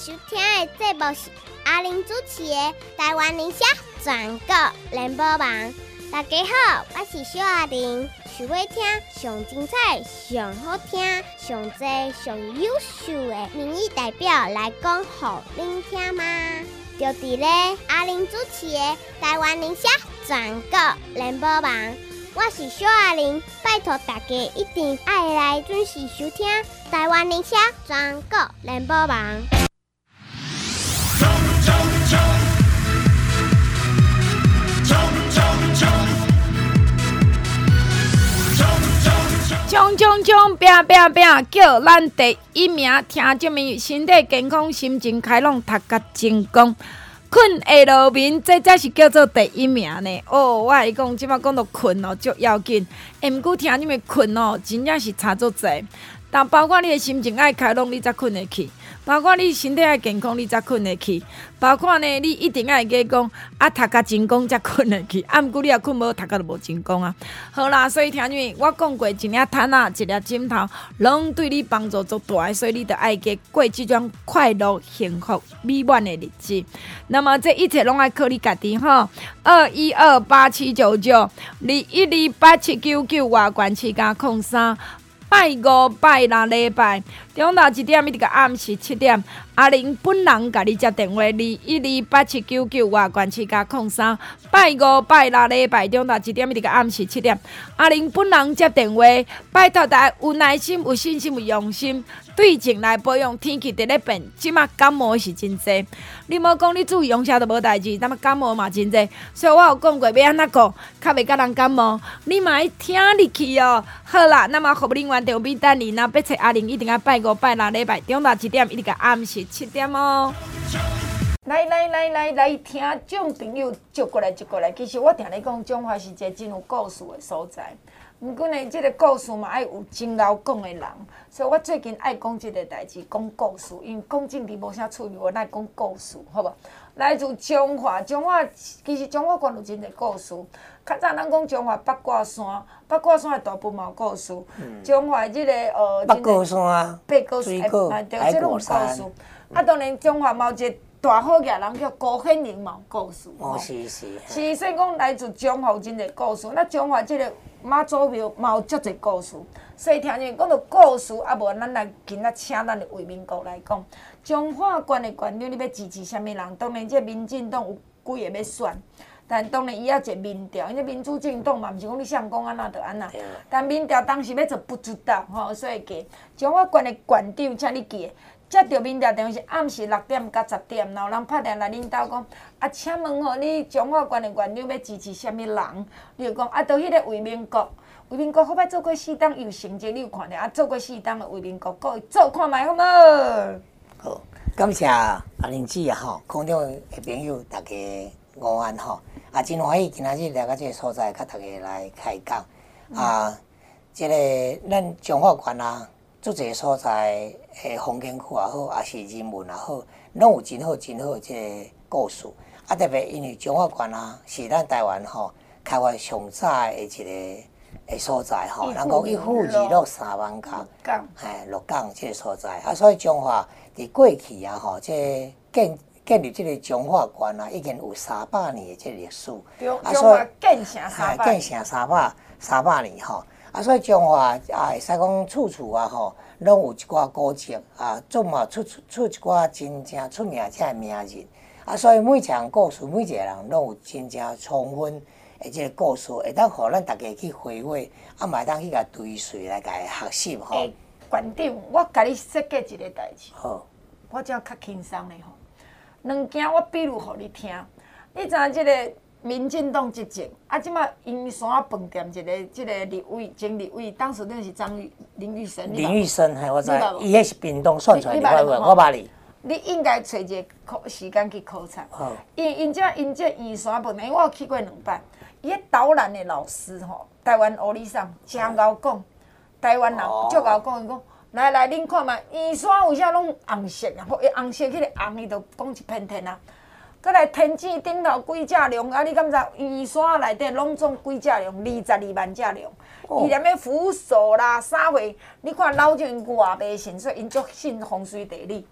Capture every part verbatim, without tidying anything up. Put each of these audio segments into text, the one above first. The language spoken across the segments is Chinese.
收听的节目是阿玲主持的《台湾理社全国联播网》。大家好，我是小阿玲。想要听上精彩、上好听、上多、上优秀的民意代表来讲给您听吗？就伫咧阿玲主持的《台湾理社全国联播网》。我是小阿玲，拜托大家一定要来准时收听台湾理社全国联播网。 冲冲冲，拼拼拼，叫咱第一名！听众们身体健康，心情开朗，读甲成功。困下路面，这才是叫做第一名呢。哦，我来讲，即摆讲到困哦，足要紧。下毋过听你们困哦，真正是差足济。但包括你的心情爱开朗，你才困得去；包括你身体爱健康，你才困得去；包括呢，你一定爱记讲啊，读甲成功才困得去。啊，毋过你若困无，读甲就无成功啊。好啦，所以听你我讲过，一粒毯啊，一粒枕头，拢对你帮助足大的，所以你着爱过过即种快乐、幸福、美满的日子。那么这一切拢爱靠你家己吼。二一二八七九九，二一二八七九九，外关七加空三。拜五拜六礼拜，中昼一点一直到暗时七点，阿玲本人甲你接电话，二一二八七九九外关七加空三。拜五拜六礼拜，中昼一点一直到暗时七点，阿玲本人接电话，拜托大家有耐心、有信心、有用心，对症来保养。天气伫咧变，即马感冒是真济，你莫讲你注意用啥都无代志，但嘛感冒嘛真济，所以我有讲过要安怎过，较袂甲人感冒，你嘛要听入去哦。好啦，那么服务人员就比等你，若要找阿玲，一定要拜五拜六礼拜，中昼一点一直到暗时七点哦。来来来来来，听众朋友接过来接过来。其实我定咧讲，中华是一个真有故事的所在。毋过呢，即个故事嘛爱有真敖讲的人，所以我最近爱讲即个代志，讲故事。因为讲政治无啥趣味，我来讲故事，好无？来自中华，中华其实中华县有真侪故事。较早咱讲中华八卦山，八卦山的大部嘛有故事。嗯、中华即、这个呃， 八卦山、 八卦山，哎，对，即拢有故事。啊，当然中华嘛有一个大好野人叫高显玲嘛有故事。 哦，是是。 是，所以讲来自中华有真侪故事。那中华即个妈祖庙嘛有足侪故事。所以听见讲到故事，啊无咱来今仔请咱的卫民国来讲，中华县的县长你要支持啥物人？当然，这民进党有几个要选。但当然，伊也一民调，因为民主政党嘛，毋是讲你想讲安怎就安怎。但民调当时要做不知道，吼，所以记中华县的县长，请你记，接到民调电话是暗时六点到十点，然后人拍电话来恁兜讲，啊，请问吼，你中华县的县长要支持啥物人？你就讲啊，到迄个卫民国，卫民国好歹做过四档有成绩，你有看着啊？做过四档的卫民国，各位做看卖好无？ 好，感谢阿玲姐啊吼，空中的朋友大家午安吼。啊，真欢喜今仔日来到这个所在，甲大家来开讲。嗯、啊，这个咱中华县啊，足侪所在诶风景区也好，也是人文也好，拢有真好真好这个故事。啊，特别因为中华县啊，是咱台湾吼开发上早的一个诶所在吼。人讲一户二落三万家，哎，鹿港这个所在。啊，所以中华伫过去啊吼，这建建立这个中华县啊，已经有三百年的这历史。 啊，所以建成三百， 建成三百三百年吼。啊，所以中华啊，会使讲处处啊吼，拢有一寡古迹啊，总嘛出出出一寡真正出名这名人。啊，所以每一项故事，每一个人拢有真正充分的这个故事，会当互咱大家去回味，啊，嘛会当去甲追随来甲学习吼。 诶，县长，我甲你设计一个代志。 好， 我这样较轻松的吼。两件我比如互你听，你知影即个民进党执政，啊，即马阴山饭店一个即个立委前立委，当时那是张玉林玉生。 林玉生，嘿，我知，伊迄是屏东选出来的，我我捌你。 你应该找一个考时间去考察。好。因因这因这阴山饭店，因为我有去过两摆，伊迄导览的老师吼，台湾乌里桑真敖讲，台湾人足敖讲，伊讲。来来，恁看嘛，圆山有啥拢红色啊？伊红色迄个红，伊就讲一片片啊。搁来天井顶头几只龙啊？你敢知？圆山内底拢总几只龙？二十二万只龙。伊连要扶手啦、啥货，你看老将因外卖信，所以因足信风水地理。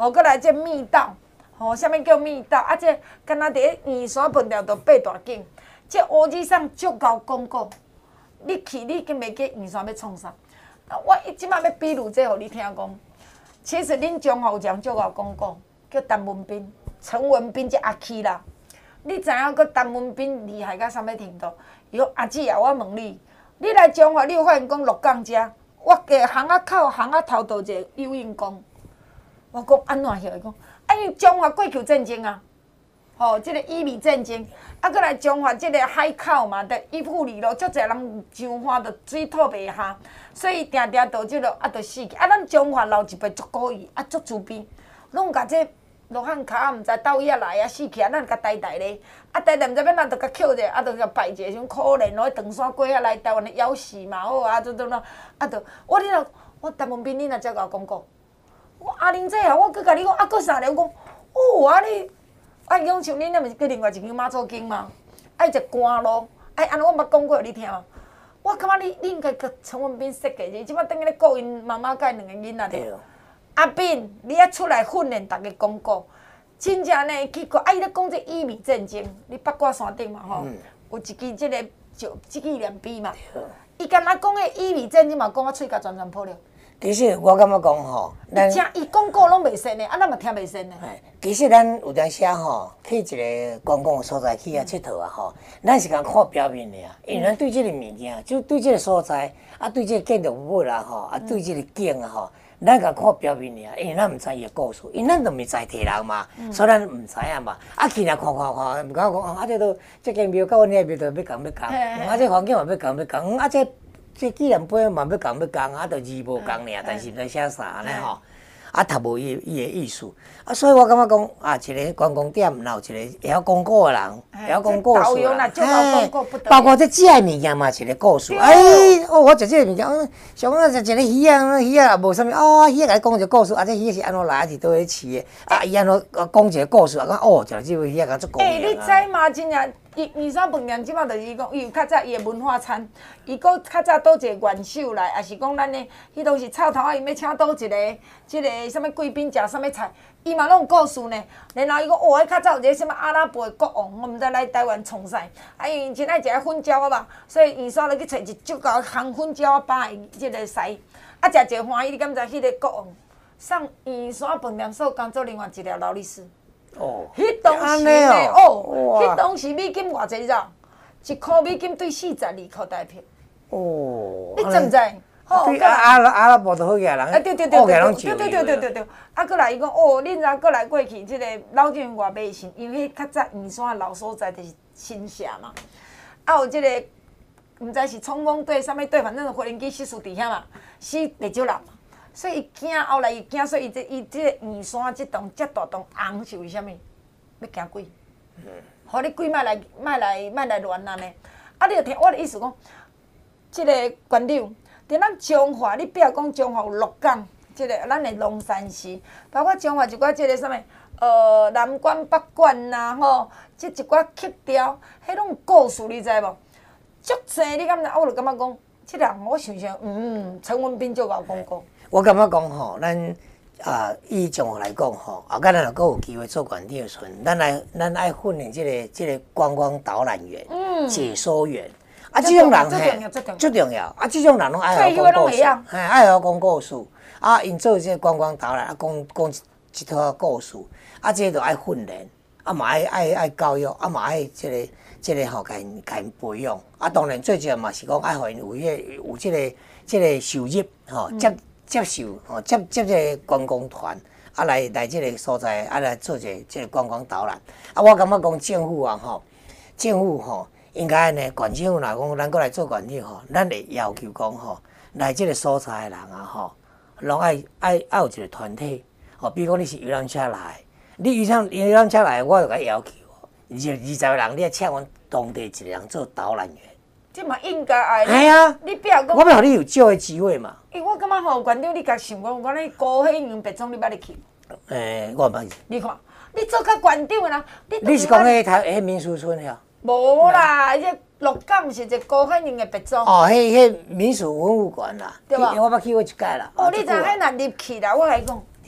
吼，过来这密道，吼，啥物叫密道？啊，这敢若伫咧圆山饭店都八大景，这乌日上足够广告。你去，你根袂记圆山要创啥？我即摆要比如这，互你听讲。其实恁中华有一项足够广告，叫陈文彬、陈文彬这阿起啦。你知影个陈文彬厉害到啥物程度？伊讲阿姊啊，我问你，你来中华，你有发现讲鹿港遮，我个巷仔口、巷仔头倒一个游泳宫。我讲安怎晓？伊讲，啊，因为中华过去战争啊，吼、哦，即、这个伊米战争，啊，过来中华即个海口嘛，得依附里咯，足侪人上花着水土袂下，所以定定倒即落啊，着死去。啊，咱中华老一辈足古意，啊，足慈悲，拢甲这罗汉脚啊，毋知倒遐来啊，死去啊，咱甲呆呆咧，啊，呆呆毋知要哪，着甲捡者，啊，着甲拜一下，像可怜咯，长山过遐来台湾的夭死嘛，好啊，都都喏，啊，着我你若我陈文彬，你若遮甲我讲过，我阿玲姐啊，我搁甲你讲，啊，搁啥咧？我讲，哦，啊你。啊，讲像恁那毋是过另外一间妈祖经吗？爱一关咯，哎，安尼我捌讲过互你听。我感觉你你应该甲陈文彬设计者，即摆等于咧顾因妈妈甲因两个囡仔着。阿彬，你爱出来训练逐个广告，真正呢去看。啊，伊咧讲这伊米战争，你八卦山顶嘛吼，有一支即个就即支连笔嘛。伊敢若讲诶伊米战争嘛，讲啊喙甲全全破了。 其实我感觉讲吼， 咱正伊广告拢袂信呢，啊，咱嘛听袂信呢。 其实咱有当时吼，去一个观光所在去遐佚佗啊吼，咱是共看表面尔，因为咱对即个物件，就对即个所在，啊对即个建筑物啦吼，啊对即个景啊吼，咱共看表面尔，因为咱毋知伊个故事，因为咱都未在地人嘛，所以咱毋知影嘛。啊去来看看看，毋敢讲啊，这都这间庙甲阮遐庙都要共要共，啊这环境嘛要共要共，啊这。这既然本嘛要共要共，啊，着字无共尔，但是毋知写啥安尼吼，啊，读无伊伊个意思，啊，所以我感觉讲啊，一个观光点，若有一个会晓讲故个人，会晓讲故事啦，嘿，包括这食个物件嘛，是一个故事。哎，哦，我食这个物件，上啊食一个鱼啊，鱼啊也无啥物，哦，鱼甲你讲一个故事，啊，这鱼是安怎来，是倒咧饲的，啊，伊安怎讲一个故事，啊，讲哦，食这个鱼啊，甲足讲。 哎，你知嘛？真正。伊二山饭店即摆就是伊讲，伊有较早伊的文化餐，伊搁较早倒一个元首来，也是讲咱的迄当时臭头啊，伊要请倒一个，即个啥物贵宾食啥物菜，伊嘛拢有故事呢。然后伊讲，哦，迄较早有一个啥物阿拉伯的国王，我毋知来台湾创啥，啊，因为真爱食个粉椒啊嘛，所以二山落去找一足够烘粉椒啊包的即个西，啊，食一个欢喜。你敢知迄个国王送二山饭店所工做另外一条劳力士？哦，迄当时呢，哦，迄当时美金偌济咋？一箍美金兑四十二箍台币。哦，你知毋知？ 对啊，阿拉阿拉伯都好个人，啊对对对对对对对对对对。啊，过来伊讲，哦，恁若过来过去，即个老店员偌迷信，因为迄较早圆山老所在就是新社嘛。啊，有即个毋知是冲锋队、啥物队，反正就无人机失事伫遐嘛，死袂少人嘛。所以伊惊，后来伊惊，所以伊这伊这个圆山这栋遮大栋红是为虾米？要惊鬼，互你鬼莫来莫来莫来乱安尼。啊，你着听我的意思讲，即个馆长，伫咱中华，你比如讲中华有鹿港，即个咱的龙山寺，包括中华一寡即个啥物，呃，南馆、北馆呐，吼，即一寡刻雕，迄拢有故事，你知无？足济，你敢知？我就感觉讲，即人我想想，嗯，陈文彬足够讲过。 我感觉讲吼，咱啊以中华来讲吼，后摆咱若阁有机会做馆长的时阵，咱来咱爱训练即个即个观光导览员、嗯、解说员。啊，即种人嘿，最重要。啊，即种人拢爱晓讲故事，嘿，爱晓讲故事。啊，因做即个观光导览，啊，讲讲一套故事，啊，即个就爱训练，啊嘛爱爱爱教育，啊嘛爱即个即个吼，甲因甲因培养。啊，当然最主要嘛是讲爱互因有迄有即个即个收入吼，接。接受吼，接接这个观光团，啊来来这个所在，啊来做一个这个观光导览。啊，我感觉讲政府啊吼，政府吼应该呢，县政府若讲咱过来做县长吼，咱会要求讲吼，来这个所在的人啊吼，拢爱爱爱有一个团体，吼，比如讲你是游览车来，你游览游览车来，我就甲要求，二二十个人，你要请阮当地一个人做导览员。 这嘛应该爱。 系啊， 你不要讲。 我要互你有少个机会嘛。 因为我感觉吼，县长你家想讲，讲你高喜园别庄你捌入去？ 诶，我毋捌去。 你看，你做较县长的人， 你你是讲迄台迄民俗村遐？ 无啦，迄鹿港是一个高喜园的别庄。 哦，迄迄民俗文物馆啦， 对吧？ 我捌去过一届啦。 哦，你知影迄若入去啦，我甲你讲，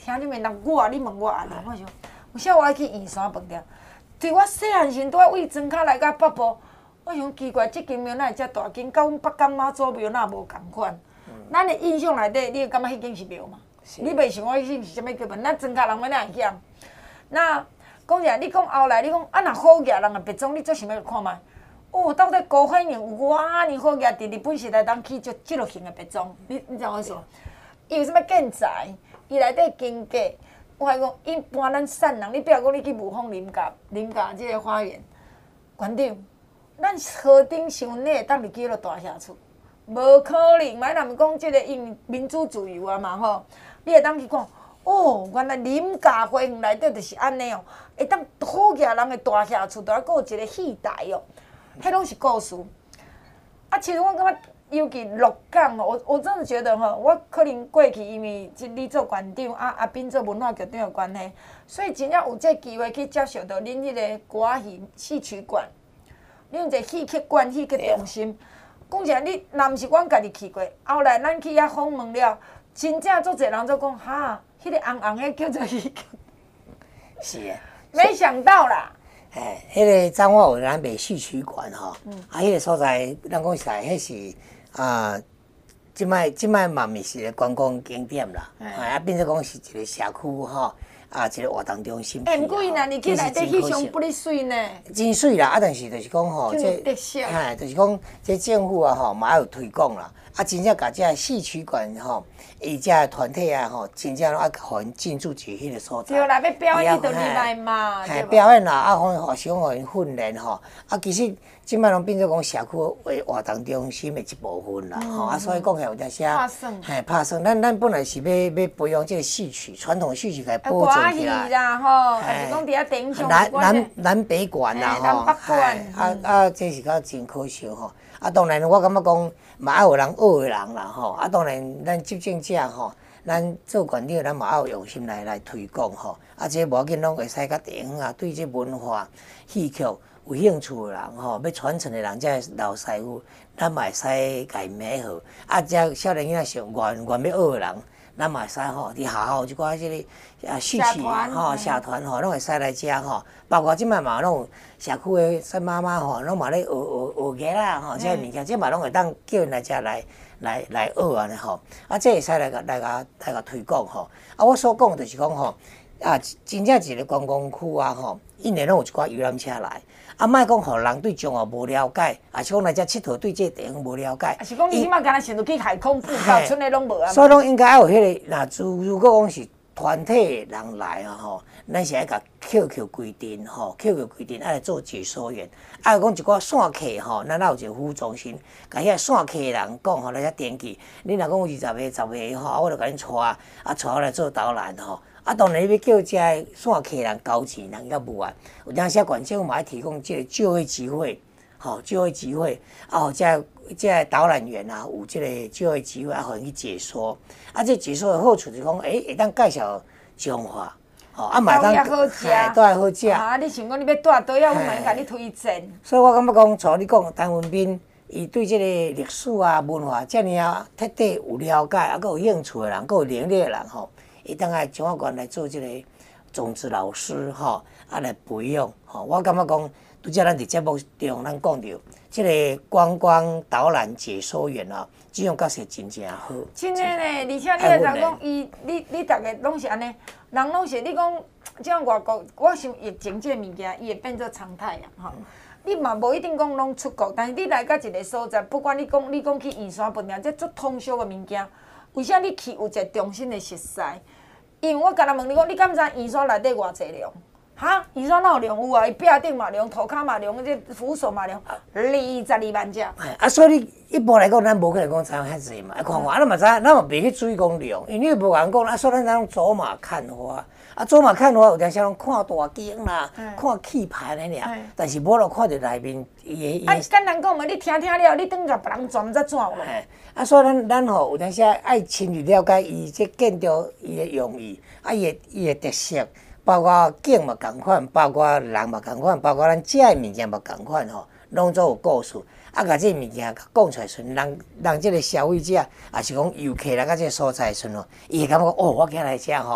听你们人我，你问我安尼，我想，有啥我爱去圆山饭店？对我细汉时拄爱为庄脚来到北部，我想奇怪，即间庙哪会遮大间，甲阮北港妈祖庙哪无共款？咱的印象内底，你会感觉迄间是庙嘛？你袂想我迄间是啥物叫门？咱庄脚人要哪会晓？那讲起来，你讲后来，你讲啊，若好野人的别种，你做想要看觅？哦，到底高海宁有偌尼好野？伫日本时代当去做即落型的别种，你你知我意思？伊有啥物建材？伊内底经过，我还讲，一般咱散人，你比如讲你去雾峰林家林家即个花园，馆长，咱河顶上你会当入去迄落大社厝？无可能，买若毋讲即个因民主自由啊嘛吼，你会当去看。哦，原来林家花园内底就是安尼哦，会当好野人的大社厝，都还佫有一个戏台哦，迄拢是故事。啊，其实我感觉，尤其鹿港哦，我我真的觉得吼，我可能过去因为即你做馆长，啊阿斌做文化局长的关系，所以真正有这机会去接受到恁迄个歌戏戏曲馆，恁一个戏曲馆、戏曲中心。讲起来，你若毋是阮家己去过，后来咱去遐访问了，真正足侪人都讲哈。迄个红红迄叫做戏曲， 是啊， 没想到啦。 哎，迄个彰化有咱卖戏曲馆吼，啊，迄个所在，咱讲实在，迄是啊，即摆即摆嘛，咪是个观光景点啦，啊，变做讲是一个社区吼，啊，一个活动中心。 哎，毋过伊若入去内底翕相不哩水呢？ 真水啦，啊，但是就是讲吼， 这特色， 哎，就是讲这政府啊吼，嘛有推广啦，啊，真正甲这戏曲馆吼。伊遮团体啊吼，真正啊，互因进驻伫迄个所在。 对啦，要表演就入来嘛， 对表演啦，啊，互互相互因训练吼。啊，其实即摆拢变做讲社区活动中心的一部分啦，吼、嗯。啊，所以讲起有阵时啊，嘿，拍算，咱咱本来是要要培养这个戏曲，传统戏曲来保存起来。 啦吼，还是讲伫遐顶上。 南南南北馆啦，吼， 南北馆。 啊啊，这是较真可惜吼。啊，当然我感觉讲嘛爱有人学的人啦，吼。啊，当然咱执政者吼，咱做馆长，咱嘛爱有用心来来推广吼。啊，这无要紧，拢会使甲地方啊，对这文化戏曲有兴趣的人吼，要传承的人，这老师傅，咱嘛会使甲伊买好。啊，这少年仔想愿愿要学的人，咱嘛会使吼，伫学校即寡即个啊戏曲吼社团吼，拢会使来遮吼。包括即摆嘛，拢有社区的孙妈妈吼，拢嘛咧学学学艺啦吼，这物件，这嘛拢会当叫因来遮来来来学安尼吼。啊，这会使来甲来甲来甲推广吼。啊，我所讲就是讲吼，啊，真正一个观光区啊吼，一年拢有一寡游览车来。啊，莫讲互人对中华无了解，啊是讲来遮佚佗对这地方无了解。 啊是讲你即马敢若想着去海空步道，村内拢无啊。 所以拢应该要有迄个，若如如果讲是团体人来啊吼，咱是爱甲 Q Q 规定吼 ，Q Q 规定爱来做解说员。啊，讲一寡散客吼，咱有一个服务中心，甲遐散客人讲吼，来遮登记。你若讲有二十个、十个吼，我就甲恁带，啊带我来做导览吼。啊，当然你要叫遮散客人交钱，人较无啊。有当时县政府嘛爱提供即个就业机会，吼就业机会，啊，吼遮遮导览员啊有即个就业机会，啊，互因去解说。啊，这解说的好处就是讲，诶、欸，会当介绍中华，吼，啊，嘛当好食， 都还好食。 啊，你想讲你要住倒呀，我嘛甲你推荐。 所以我感觉讲，像你讲陈文彬，伊对即个历史啊、文化遮尔啊彻底有了解，啊，佮有兴趣的人，佮有能力的人吼。伊当爱中华馆来做即个种子老师吼，啊来培养吼。我感觉讲，拄则咱伫节目中咱讲着，即个观光导览解说员啊，这种角色真正好。 真诶呢，而且你会知讲，伊你你逐个拢是安尼，人拢是你讲，即种外国，我想疫情即个物件，伊会变做常态啊，吼。你嘛无一定讲拢出国，但是你来到一个所在，不管你讲你讲去圆山饭店，这足通俗诶物件。为啥你去有一个中心的熟悉？因为我刚才问你讲，你敢知圆山内底偌济龙？哈，圆山哪有龙？有啊，伊壁顶嘛龙，涂骹嘛龙，这扶手嘛龙，二十二万只。 啊，所以你一般来讲，咱无可能讲知影遐济嘛。看看，咱嘛知，咱嘛袂去注意讲龙，因为你无人讲，啊，所以咱咱走马看花。啊，走马看花有阵时拢看大景啦，看气派安尼尔，但是无落看到内面伊个。 啊，简单讲嘛，你听听了，你等甲别人转才怎咯？ 啊，所以咱咱吼有阵时爱深入了解伊这建筑伊的用意，啊，伊的伊的特色，包括景嘛共款，包括人嘛共款，包括咱食的物件嘛共款吼，拢做有故事。啊，甲这物件讲出来时，人人这个消费者，也是讲游客来到这个所在时吼，伊会感觉哦，我今来遮吼。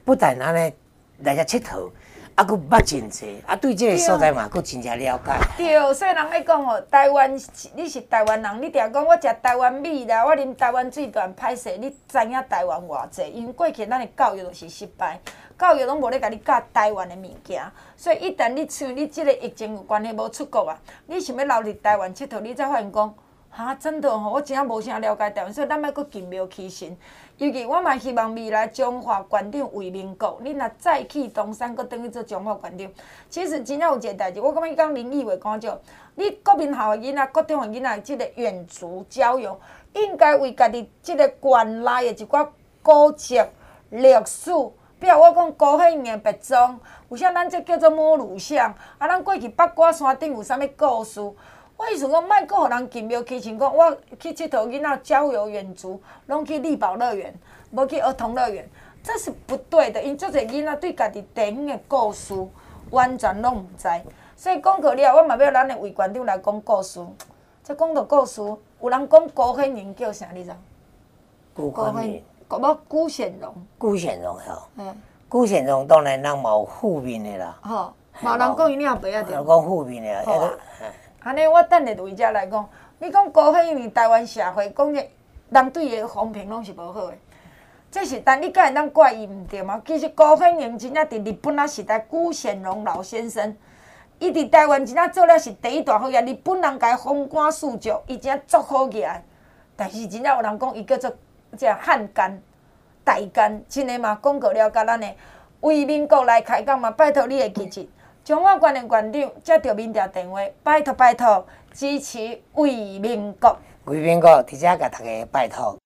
不但安尼来遮佚佗，啊，佫捌真济，啊，对即个所在嘛，佫真正了解。 对，所以人咧讲吼，台湾你是台湾人，你定讲我食台湾米啦，我啉台湾水断歹势，你知影台湾偌济？因为过去咱的教育就是失败，教育拢无咧甲你教台湾的物件，所以一旦你像你即个疫情有关系无出国啊，你想要留伫台湾佚佗，你才发现讲，哈，真的吼，我真正无啥了解台湾，所以咱莫佫勤庙起身。尤其我嘛希望未来中华县长为民国，你若再去东山，佫等于做中华县长。其实真正有一个代志，我感觉伊讲林义伟讲就，你国民校的囡仔、国中的囡仔，即个远足交友，应该为家己即个县内的一寡古迹、历史，比如我讲高兴的别庄，有啥咱这叫做母乳巷，啊，咱过去八卦山顶有啥物故事？我意思讲，莫阁互人勤庙起身讲，我去佚佗囡仔郊游远足，拢去力宝乐园，无去儿童乐园，这是不对的。因足侪囡仔对家己地方的故事完全拢毋知，所以讲过了，我嘛要咱的魏县长来讲故事。这讲到故事，有人讲高显荣叫啥？你知？ 辜宽明， 无辜显荣。 辜显荣吼， 嗯， 辜显荣当然人嘛有负面的啦。 吼，嘛人讲伊领白啊着。 讲负面的， 好啊。安尼，我等下对遮来讲。你讲高显荣台湾社会讲个人对伊的风评拢是无好的，这是但你敢会当怪伊毋对吗？其实高显荣真正伫日本仔时代，辜显荣老先生，伊伫台湾真正做了是第一大好嘢，日本人甲伊风光素著，伊真正做好起来。但是真正有人讲伊叫做即汉奸、台奸，真诶嘛讲过了，甲咱诶为民国来开讲嘛，拜托你会记住。中华县的县长接到民调电话，拜托拜托支持为民国。 为民国，伫遮甲大家拜托。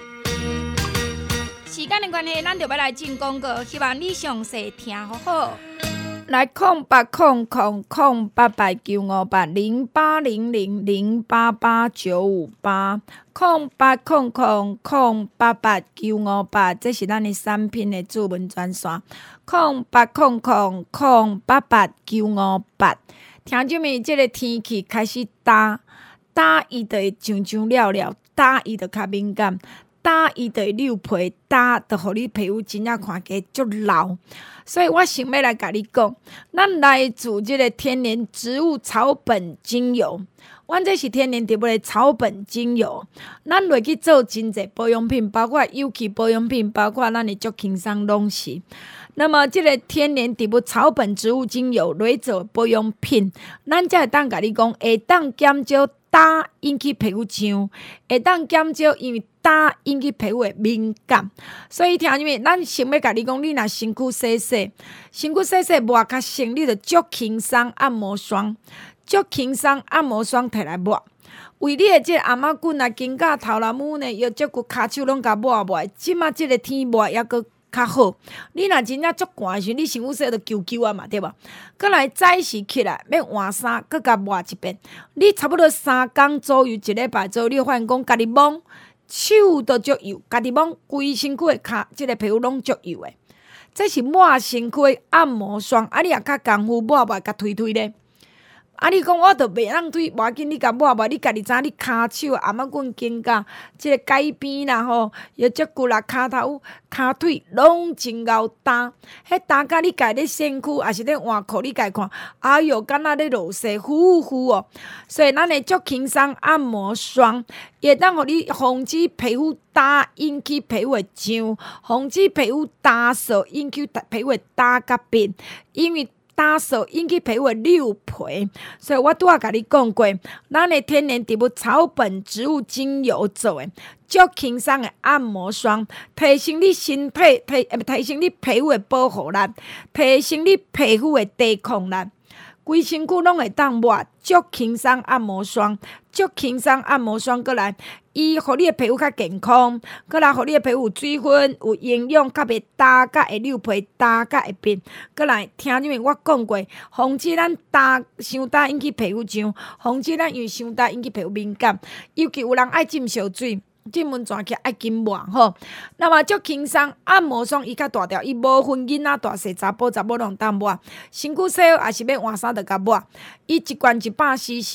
时间的关系，咱就要来进广告，希望你详细听好好。来空八空空空八八九五八零八零零零八八九五八空八空空空八八九五八，这是咱的产品的主文专线。空八空空空八八九五八，听众们，这个天气开始打打，伊就会上上了了，打伊就较敏感，打伊就会溜皮，打就互你皮肤真正看起来足老。所以我想要来甲你讲，咱来自即个天然植物草本精油，阮这是天然植物的草本精油，咱落去做真济保养品，包括有机保养品，包括咱的足轻松拢是。那么，即个天然植物草本植物精油来做保养品，咱才会当甲你讲，会当减少打引起皮肤痒，会当减少因为打引起皮肤的敏感。所以，听入面，咱想要甲你讲，你若身躯洗洗，身躯洗洗抹较省，你着足轻松按摩霜，足轻松按摩霜摕来抹。为你的即个阿妈棍啊、肩胛头啦、母呢，腰足骨骹手拢甲抹抹。即马即个天抹抑阁较好，你若真正足寒时，你身躯洗着揪揪啊嘛，对无？搁来早时起来要换衫，搁甲抹一遍。你差不多三工左右，一礼拜左右，你发现讲家己摸手都足油，家己摸规身躯的骹，即个皮肤拢足油的。这是抹身躯按摩霜，啊，你也较功夫抹抹甲推推咧。啊！你讲我著袂当推，无要紧，你甲抹抹，你家己知你骹手、阿妈棍、肩胛，即个改边啦吼，腰足骨啦、骹头、骹腿拢真够干。迄干甲你家咧身躯，也是咧换裤，你家看，哎哟，敢若咧落雪呼呼哦。所以咱的足轻松按摩霜，会当互你防止皮肤干引起皮肤的痒，防止皮肤干燥引起皮肤的干甲变，因为打扫引起皮肤的溜皮，所以我拄仔甲你讲过，咱的天然植物草本植物精油做的足轻松的按摩霜，提升你身体提提升你皮肤的保护力，提升你皮肤的抵抗力，规身躯拢会当抹足轻松按摩霜，足轻松按摩霜过来。伊互你的皮肤较健康，过来互你的皮肤有水分、有营养，较袂干、甲会溜皮、干、甲会变。过来听入面我讲过，防止咱干伤干引起皮肤痒，防止咱因为伤干引起皮肤敏感。尤其有人爱浸烧水，浸温泉起爱紧抹吼。那么足轻松按摩霜伊较大条，伊无分囡仔大细查甫查某拢当抹，身躯洗也是要换衫着甲抹。伊一罐一百 C C。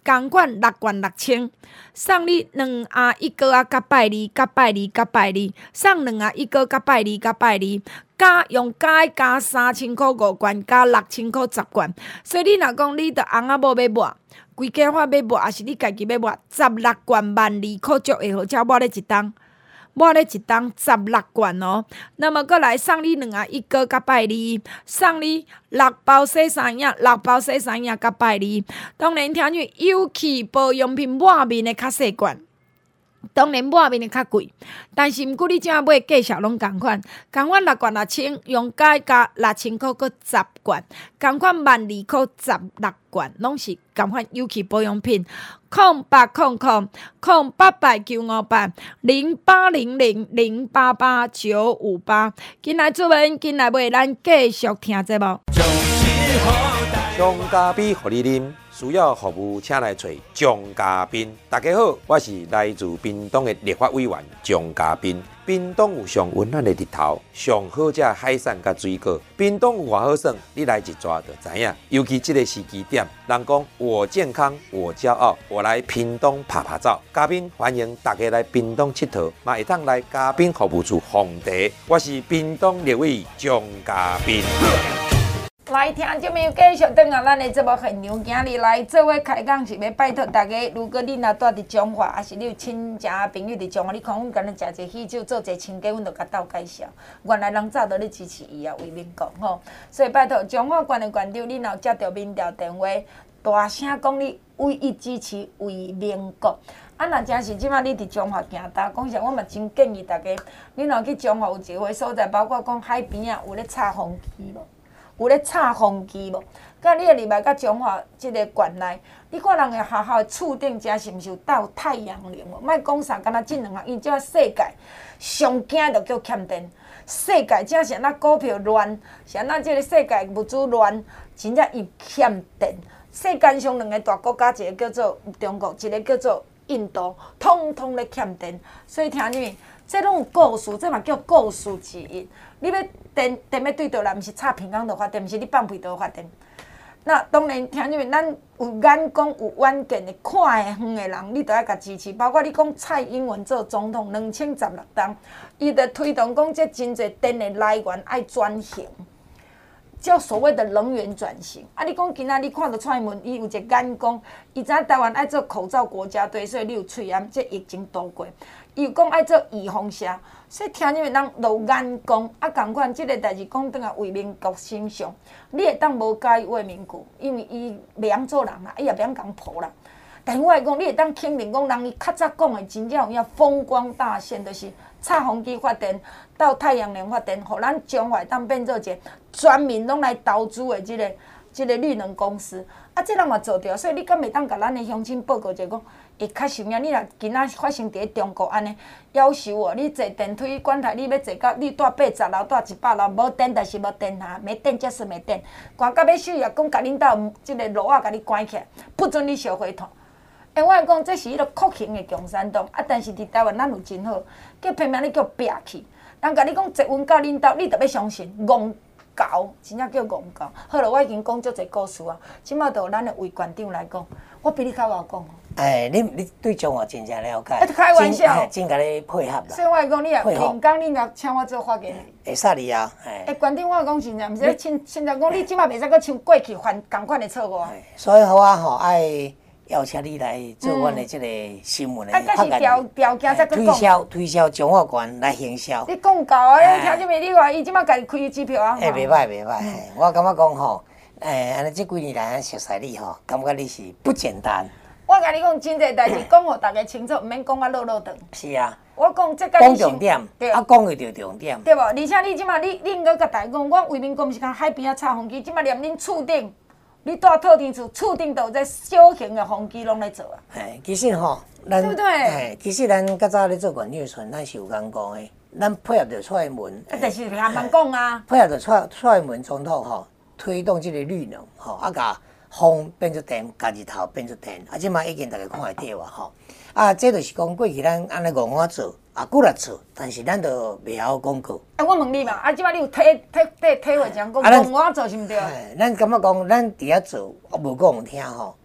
共款六罐六千，送你两盒一哥啊，甲拜二，甲拜二，甲拜二，送两盒一哥甲拜二，甲拜二，加用加加三千块五罐，加六千块十罐。所以你若讲你着翁仔某要抹，规家伙要抹，还是你家己要抹，十六罐万二块足会好，才抹咧一档。抹咧一档十六罐哦，那么搁来送你两盒一哥甲拜二，送你六包洗衫液，六包洗衫液甲拜二。当然，听见有气保养品抹面的较细罐，当然抹面的较贵，但是毋过你怎啊买价钱拢共款，共款六罐六千，用加加六千块搁十罐，共款万二块十六罐，拢是共款有气保养品。空八空空空八八九五八零八零零零八八九五八，进来做文，进来买，咱继续听节目。 中嘉宾互你啉，需要服务请来找钟嘉宾。大家好，我是来自屏东的立法委员钟嘉宾。屏东有上温暖的日头，上好食海产甲水果。屏东有偌好耍，你来一抓就知影。尤其这个时机点，人讲我健康我骄傲，我来屏东拍拍照。嘉宾欢迎大家来屏东佚佗，嘛会当来嘉宾服务处奉茶。我是屏东立委钟嘉宾。 来听这边继续登来咱的节目现场，今日来做伙开讲是要拜托大家，如果你若住伫中华，还是你有亲戚朋友伫中华，你看阮今日食一喜酒，做一亲家，阮就甲斗介绍。原来人早都咧支持伊啊，为民讲吼，所以拜托中华县的县长，你若接到民调电话，大声讲你为伊支持，为民国。啊，若真是即摆你伫中华行大，讲实我嘛真建议大家，你若去中华有一个所在，包括讲海边啊，有咧插风机无？有咧插风机无？甲你入来甲中华即个县内，你看人个学校的厝顶遮是毋是有斗太阳能无？莫讲啥，敢若即两项，因即摆世界上惊着叫欠电，世界遮是安那股票乱，是安那即个世界物资乱，真正伊欠电。世界上两个大国家，一个叫做中国，一个叫做印度，统统咧欠电。所以听入面，这拢有故事，这嘛叫故事之一。你要电电要对倒来，毋是插平缸就发电，毋是你放屁就发电。那当然，听入面，咱有眼光、有远见的、看会远的人，你都要甲支持。包括你讲蔡英文做总统，两千十六档，伊就推动讲这真侪电的来源爱转型，叫所谓的能源转型。啊，你讲今仔你看到蔡英文，伊有一个眼光，伊知影台湾爱做口罩国家队，所以你有喙炎，这疫情度过。伊有讲爱做预防社，所以听入面人有眼光，啊，共款即个代志讲转来为民国身上，你会当无介意为民句，因为伊袂晓做人啦，伊也袂晓讲抱啦。但是我会讲，你会当肯定讲，人伊较早讲的真正有影风光大现，就是插风机发电到太阳能发电，互咱中华当变做一个全民拢来投资的即、这个即、这个绿能公司。啊，这人嘛做着，所以你敢袂当甲咱的乡亲报告者讲？会较受影，你若今仔发生伫中国安尼，夭寿哦！你坐电梯管台，你要坐到你住八十楼、住一百楼，无电就是无电啊，没电就是没电。关到要死也讲甲恁兜即个路啊，甲你关起来，不准你烧火炭。诶，我讲这是迄个酷刑的共产党，啊，但是伫台湾咱有真好，叫偏偏你叫憋气。人甲你讲坐稳到恁兜，你特要相信戆交，真正叫戆交。好了，我已經講足濟故事啊，即馬就咱的魏縣長來講，我比你較會講。 哎，你你對中華真正了解？ 啊，開玩笑， 真甲你配合啦。 所以我會講，你啊，平講你若請我做發言。 會使你啊，哎。 誒，縣長，我講真正，毋是親親像講，你即馬袂使佫像過去犯共款的錯誤。 所以好啊，吼愛邀請你來做阮的即個新聞的發言。啊，但是條條件才佫講。 推銷推銷中華縣來行銷。 你講夠啊！你聽啥物？你話伊即馬家己開機票啊？ 誒，袂歹袂歹，我感覺講吼，誒，安尼即幾年來熟悉你吼，感覺你是不簡單。 我甲你講真濟代志，講互大家清楚，毋免講啊落落長。 是啊。 我講這個。 講重點，啊講會着重點。 對無？而且你即馬你你應該甲大家講，我為民國毋是講海邊啊插風機，即馬連恁厝頂，你住套廳厝，厝頂都有這小型的風機攏咧做啊。 哎，其實吼，咱對不對？ 哎，其實咱較早咧做縣長時陣，咱是有眼光的，咱配合着蔡英文。 啊，但是還蠻講啊。 配合着蔡蔡英文總統吼，推動即個綠能吼，啊甲。風變出電，甲日頭變出電，啊！即馬已經大家看會到啊，吼！啊，這就是講過去咱安尼戆我做，啊，久來做，但是咱都袂曉講過。 啊，我問你嘛，啊，即馬你有體體體體會怎講？戆我做是毋對？ 咱感覺講，咱佇遐做，無講人聽吼，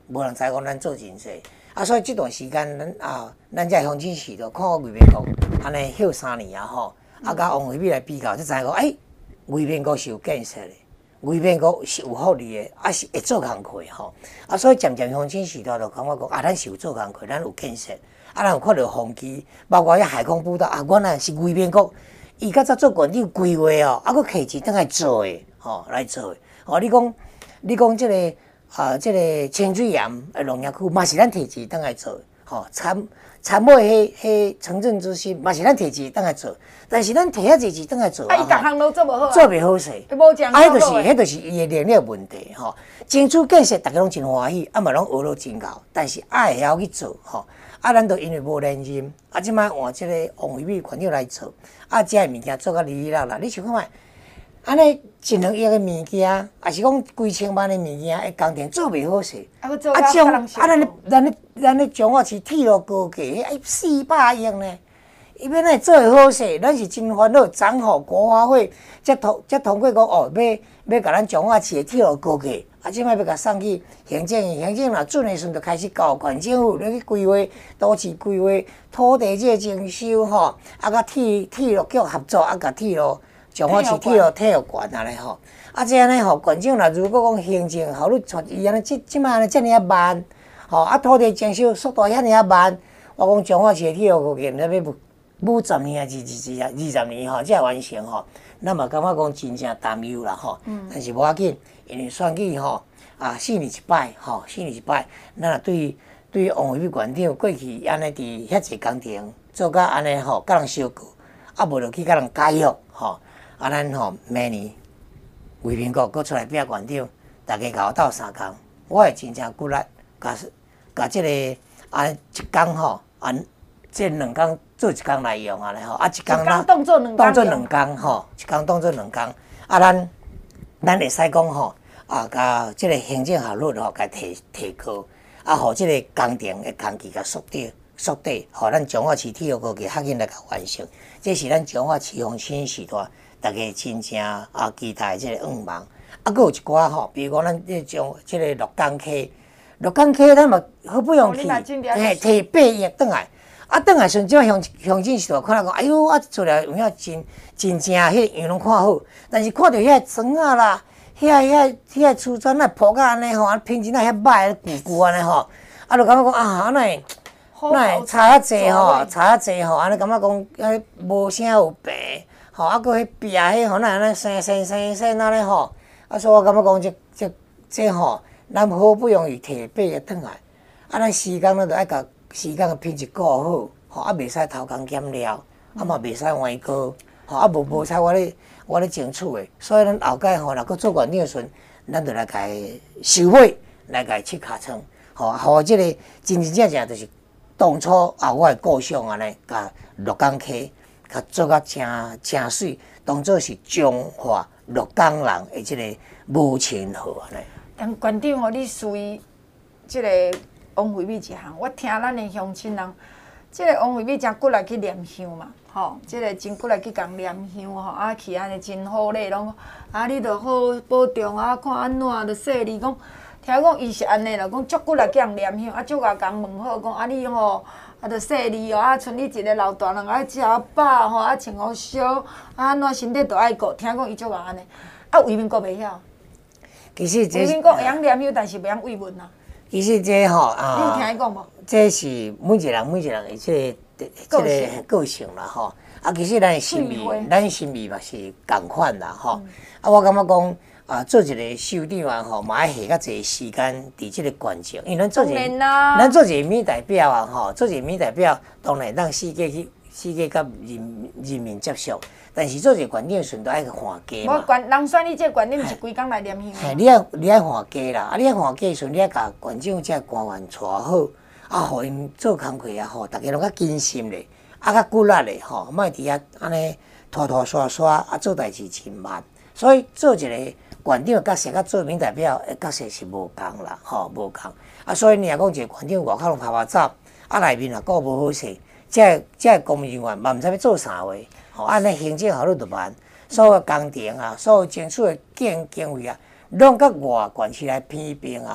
无人知讲咱做真济。啊，所以这段时间咱啊，咱这乡亲时代看我魏明国安尼休三年啊吼，啊，甲王惠美来比较，才知影讲，哎，魏明国是有建设的，魏明国是有福利的，啊是会做工课吼。啊，所以渐渐乡亲时代就感觉讲，啊，咱是有做工课，咱有建设，啊，咱有看到风机，包括迄海空步道，啊，原来是魏明国，伊较早做馆长规划哦，啊，佫摕钱倒来做的，吼，来做的。哦，你讲，你讲即、这个。啊，即、这个清水岩诶农业区嘛是咱摕钱当来做，吼参参尾迄迄城镇中心嘛是咱摕钱当来做，但是咱摕遐济钱当来做啊，伊各项都做无好， 做袂好势， 无讲啊，迄就是迄就是伊诶能力问题，吼。争取建设，大家拢真欢喜，啊嘛拢学到真够，但是爱会晓去做，吼。啊，咱都因为无认真，啊，即摆换即个王惠美馆长来做，啊，遮诶物件做甲哩哩啦啦，你想看觅？安尼一两亿的物件，也是讲几千万的物件，诶，工程做袂好势。 啊，做啊，种啊，咱咧咱咧咱咧彰化市铁路高架，迄四百亿呢，伊要哪做会好势？咱是真烦恼，昨吼国华会才通才通过讲哦，要要甲咱彰化市的铁路高架，啊，即摆要甲送去行政院，行政若准的时阵就开始交县政府咧去规划都市规划土地这征收吼，啊，甲铁铁路局合作，啊，甲铁路。彰化市铁路体育馆安尼吼，啊，这安尼吼，县长若如果讲行政效率像伊安尼，即即摆安尼遮尔啊慢，吼，啊土地征收速度遐尔啊慢，我讲彰化市铁路高架，咱要不不十年啊，二二二二十年吼，才完成吼，咱嘛感觉讲真正担忧啦吼，嗯、但是无要紧，因为选举吼啊四年一摆吼，四年一摆，咱也对对王惠美县长过去安尼伫遐济工程做甲安尼吼，甲人相顾，啊无就去甲人解约吼。啊，咱吼明年魏明国搁出来拼县长，大家甲我斗相共，我会真正骨力，甲甲即个啊一工吼啊，即两工做一工来用安尼吼，啊一工咱当做两工当做两工吼，一工当做两工，啊咱咱会使讲吼啊，甲即个行政效率吼，甲提提高，啊，互即个工程的工期甲缩短。缩短，互咱彰化市铁路高架较紧来甲完成，这是咱彰化市乡亲时代大家真正啊期待即个愿望。啊，佫有一寡吼，比如讲咱这种即个鹿港溪，鹿港溪咱嘛好不容易去，嘿，摕八亿转来，啊，转来时阵，乡乡亲时代看到讲，哎呦，啊，出来有影真真正，迄样拢看好，但是看到遐砖啊啦，遐遐遐瓷砖啊铺甲安尼吼，啊品质啊遐歹，旧旧安尼吼，啊，就感觉讲啊，安尼。那差较济吼，差较济吼，安尼感觉讲，迄无啥有病，吼，啊，搁迄壁迄吼，那安尼生生生生安尼吼，啊，所以我感觉讲，这这这吼，咱好不容易摕八个转来，啊，咱时间咱着爱甲时间的品质顾好，吼，啊，袂使偷工减料，啊嘛袂使歪高，吼，啊无无采我咧我咧争取的，所以咱后届吼，若搁做县长的时阵，咱着来甲伊收尾，来甲伊切尻川，吼，互即个真真正正就是。当初啊，我的故乡安尼，甲鹿港溪，甲做甲真真水，当做是彰化鹿港人的即个母亲河安尼。 但县长吼，你随即个王惠美一项，我听咱的乡亲人，即个王惠美真骨力去念香嘛，吼，即个真骨力去共念香吼，啊去安尼真好咧，拢啊你着好保重啊，看安怎着说你讲。听讲伊是安尼啦，讲足久来叫人念香，啊足外讲问好，讲啊你吼，啊着说你哦，啊剩你一个老大人爱食饱吼，啊穿好烧，啊安怎身体着爱顾，听讲伊足外安尼，啊魏明国袂晓。 其实这魏明国会晓念香，但是袂晓慰问啊。 其实这吼啊， 你有听伊讲无？ 这是每一个人每一个人的这个这个个性啦吼。啊，其实咱的心意，咱心意嘛是共款啦吼。啊，我感觉讲。啊，做一个首长啊，吼，嘛爱下较济时间伫即个县城，因为咱做一个，咱做一个民代表啊，吼，做一个民代表，当然让世界去，世界甲人人民接受。但是做一个县长，顺都爱换家嘛。 无县人选你这县长是规工来念香。 嘿，你爱你爱换家啦，啊，你爱换家时，你爱甲县长这官员带好，啊，互因做工课啊，吼，大家拢较尽心咧，啊，较骨力咧，吼，莫伫遐安尼拖拖刷刷，啊，做代志真慢。所以做一个。县长的角色甲做民代表的角色是无共啦，吼无共。啊，所以你若讲一个县长外口拢拍拍走，啊内面若顾无好势，这这公务人员嘛毋知要做啥话，吼安尼行政效率就慢，所有工程啊，所有争取的建经费啊，拢甲外县市来偏并啊，吼，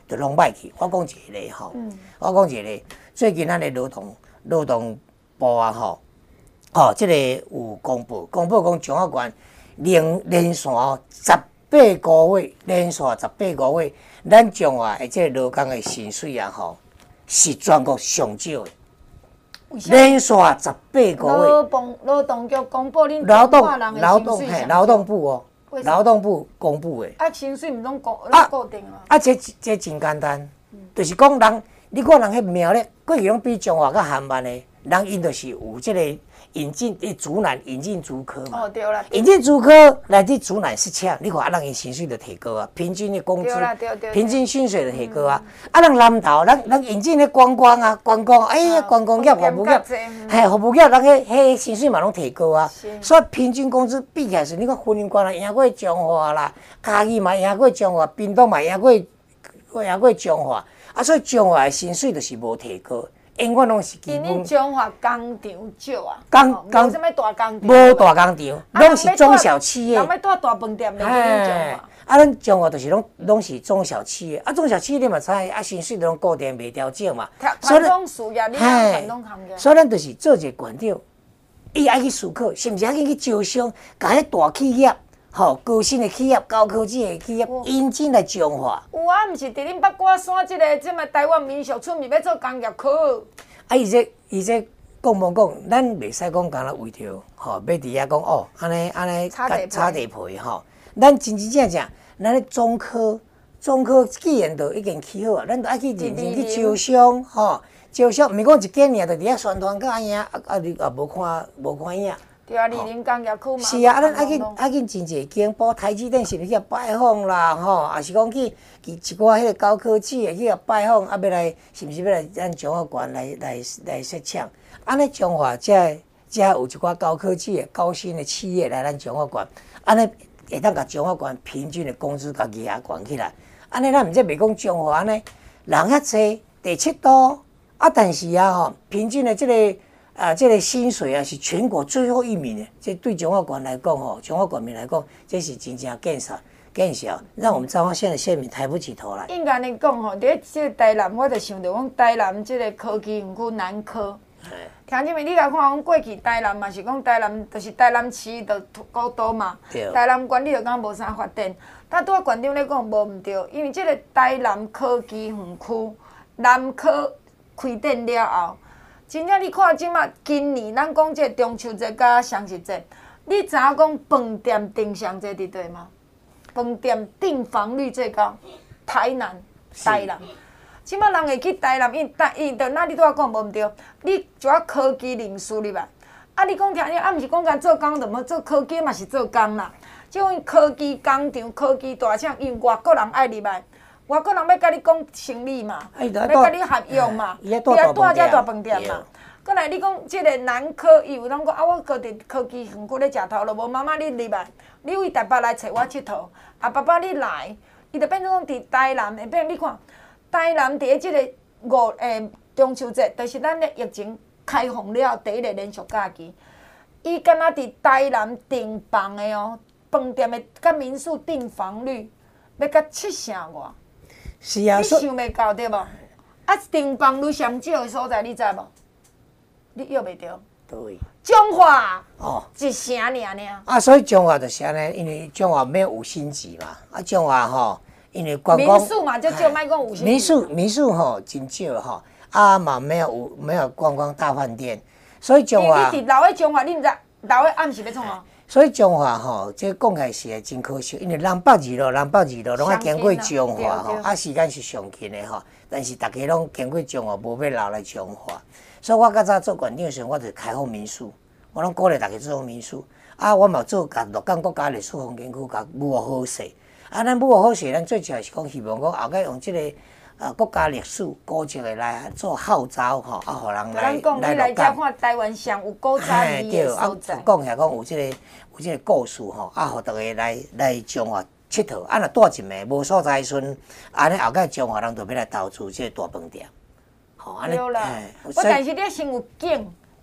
就拢歹去。我讲一个例吼，嗯、我讲一个例，最近咱的劳动劳动部啊吼，吼、哦，即、这个有公布，公布讲中华县连连续十八个月，连续十八个月，咱中华的即个劳工的薪水啊吼，是全国上少的。连续十八个月。 劳动劳动局公布恁劳动劳动嘿劳动部哦，劳动部公布的。 啊，薪水毋拢固拢固定啊？ 啊，这这真简单，嗯、就是讲人，你看人迄苗栗，过去拢比中华较含慢的，人因就是有即个引进诶竹南引进竹科嘛。 哦，对啦。 引进竹科内底竹南是抢，你看啊，人因薪水就提高啊，平均的工资，平均薪水就提高啊。嗯、啊，人南投，人人引进的观光啊，观光，哎呀，观光业、服务业，嘿，服务业人迄迄薪水嘛拢提高啊。所以平均工资比起来是，你看婚姻关啦，赢过中华啦，嘉义嘛赢过中华，屏东嘛赢过，赢过中华。啊，所以中华的薪水就是无提高。永远拢是基本。 因为中华工厂少啊， 工工无啥物大工厂， 无大工厂，拢是中小企业。 人要住大饭店，哎， 啊，咱中华就是拢拢是中小企业，啊，中小企业你嘛知，啊，薪水都拢固定袂调整嘛。 传统事业，你讲传统行业。 所以咱就是做一个县长，伊爱去思考，是毋是爱去招商，甲迄大企业。吼，高新的企业、高科技的企业引进来中华。 有啊，毋是伫恁八卦山即个即卖台湾民俗出名要做工业区。 啊，伊这伊这讲无讲，咱袂使讲干那为着吼，要伫遐讲哦，安尼安尼炒地皮吼。咱真真正正，咱咧中科中科既然都已经起好啊，咱都爱去认真去招商吼，招商毋是讲一间尔，就伫遐宣传个安样，啊啊你也无看无看影。 对啊，二林工业区嘛。 是啊，啊，咱爱去爱去真侪间，包括台积电是去遐拜访啦，吼，也是讲去去一寡迄个高科技的去遐拜访，啊，要来是毋是要来咱中华县来来来设厂？安尼中华才才有一寡高科技的高新的企业来咱中华县，安尼会当甲中华县平均的工资甲压悬起来。安尼咱毋则袂讲中华安尼人遐济，第七都啊，但是啊吼，平均的即个。啊，这个薪水啊是全国最后一名的，这对中华县来讲吼，中华县民来讲，这是真正减少减少，让我们彰化县的县民抬不起头来。 应该你讲吼，伫即个台南，我就想到讲台南即个科技园区南科。听即面你来看，讲过去台南嘛是讲台南，就是台南市的古都嘛。台南县你就讲无啥发展，但拄啊县长咧讲无毋对，因为即个台南科技园区南科开展了后。真正你看，即马今年咱讲这中秋节甲双十节，你知影讲饭店订上这伫对吗？饭店订房率最高，台南、台南。即马人会去台南，因台因着那你拄仔讲无毋对，你就要科技人士入来。啊，你讲听听，啊，毋是讲干做工就要做科技嘛是做工啦。即种科技工厂、科技大厂，因外国人爱入来。外国人要甲你讲生理嘛，要甲你合用嘛，你啊住遮大饭店嘛。过来你讲即个南科，伊有人讲啊，我搁伫科技园区咧食头路，无妈妈你入来，你为台北来找我佚佗，啊爸爸你来，伊就变做讲伫台南会变。你看台南伫即个五诶中秋节，就是咱咧疫情开放了第一个连续假期，伊敢若伫台南订房的哦，饭店的甲民宿订房率要甲七成外。 是啊， 你想袂到对无？啊，订房率上少的所在，你知无？你约袂着。 对。 中华哦， 一成尔尔。 啊，所以中华就是安尼，因为中华没有五星级嘛。啊，中华吼，因为观光民宿嘛，就就卖讲五星级。 民宿民宿吼真少吼，啊嘛没有五没有观光大饭店，所以中华。 你伫老的中华，你毋知老的暗时要创啊？ 所以中华吼，这讲起来是真可惜，因为南北二路、南北二路拢爱经过中华吼，啊时间是上近的吼，但是大家拢经过中华，无要留来中华。所以我较早做县长时，我就开放民宿，我拢鼓励大家做民宿。啊，我嘛做甲鹿港国家历史风景区甲武华好势。啊，咱武华好势，咱最主要是讲希望讲后摆用即、这个呃国家历史古迹的来做号召吼，啊，互人来来鹿港。看台湾上有古早味的所在。 讲起来讲有即、这个有即个故事吼，啊，互大家来来中华佚佗。啊，若住一暝无所在时阵，安尼后摆中华人就要来投资即个大饭店。 对啦，我但是你先有景，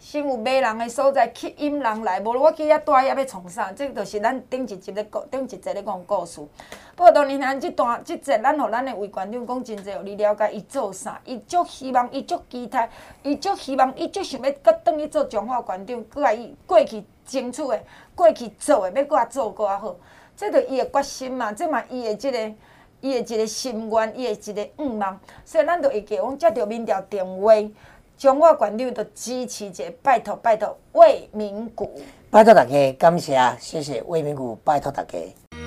先有买人的所在，吸引人来，无我去遐住遐要创啥？这就是咱顶一集咧讲，顶一集咧讲故事。不过当然咱即段即节，咱互咱的魏馆长讲真侪，互你了解伊做啥，伊足希望，伊足期待，伊足希望，伊足想要搁转去做中华馆长，搁来伊过去争取的，过去做的，要搁较做搁较好。这著伊的决心嘛，这嘛伊的即个。伊的一个心愿，伊的一个愿望，所以咱就会叫讲接到民调电话，中华馆长就支持者，拜托拜托魏明谷， 拜托大家，感谢，谢谢魏明谷，拜托大家。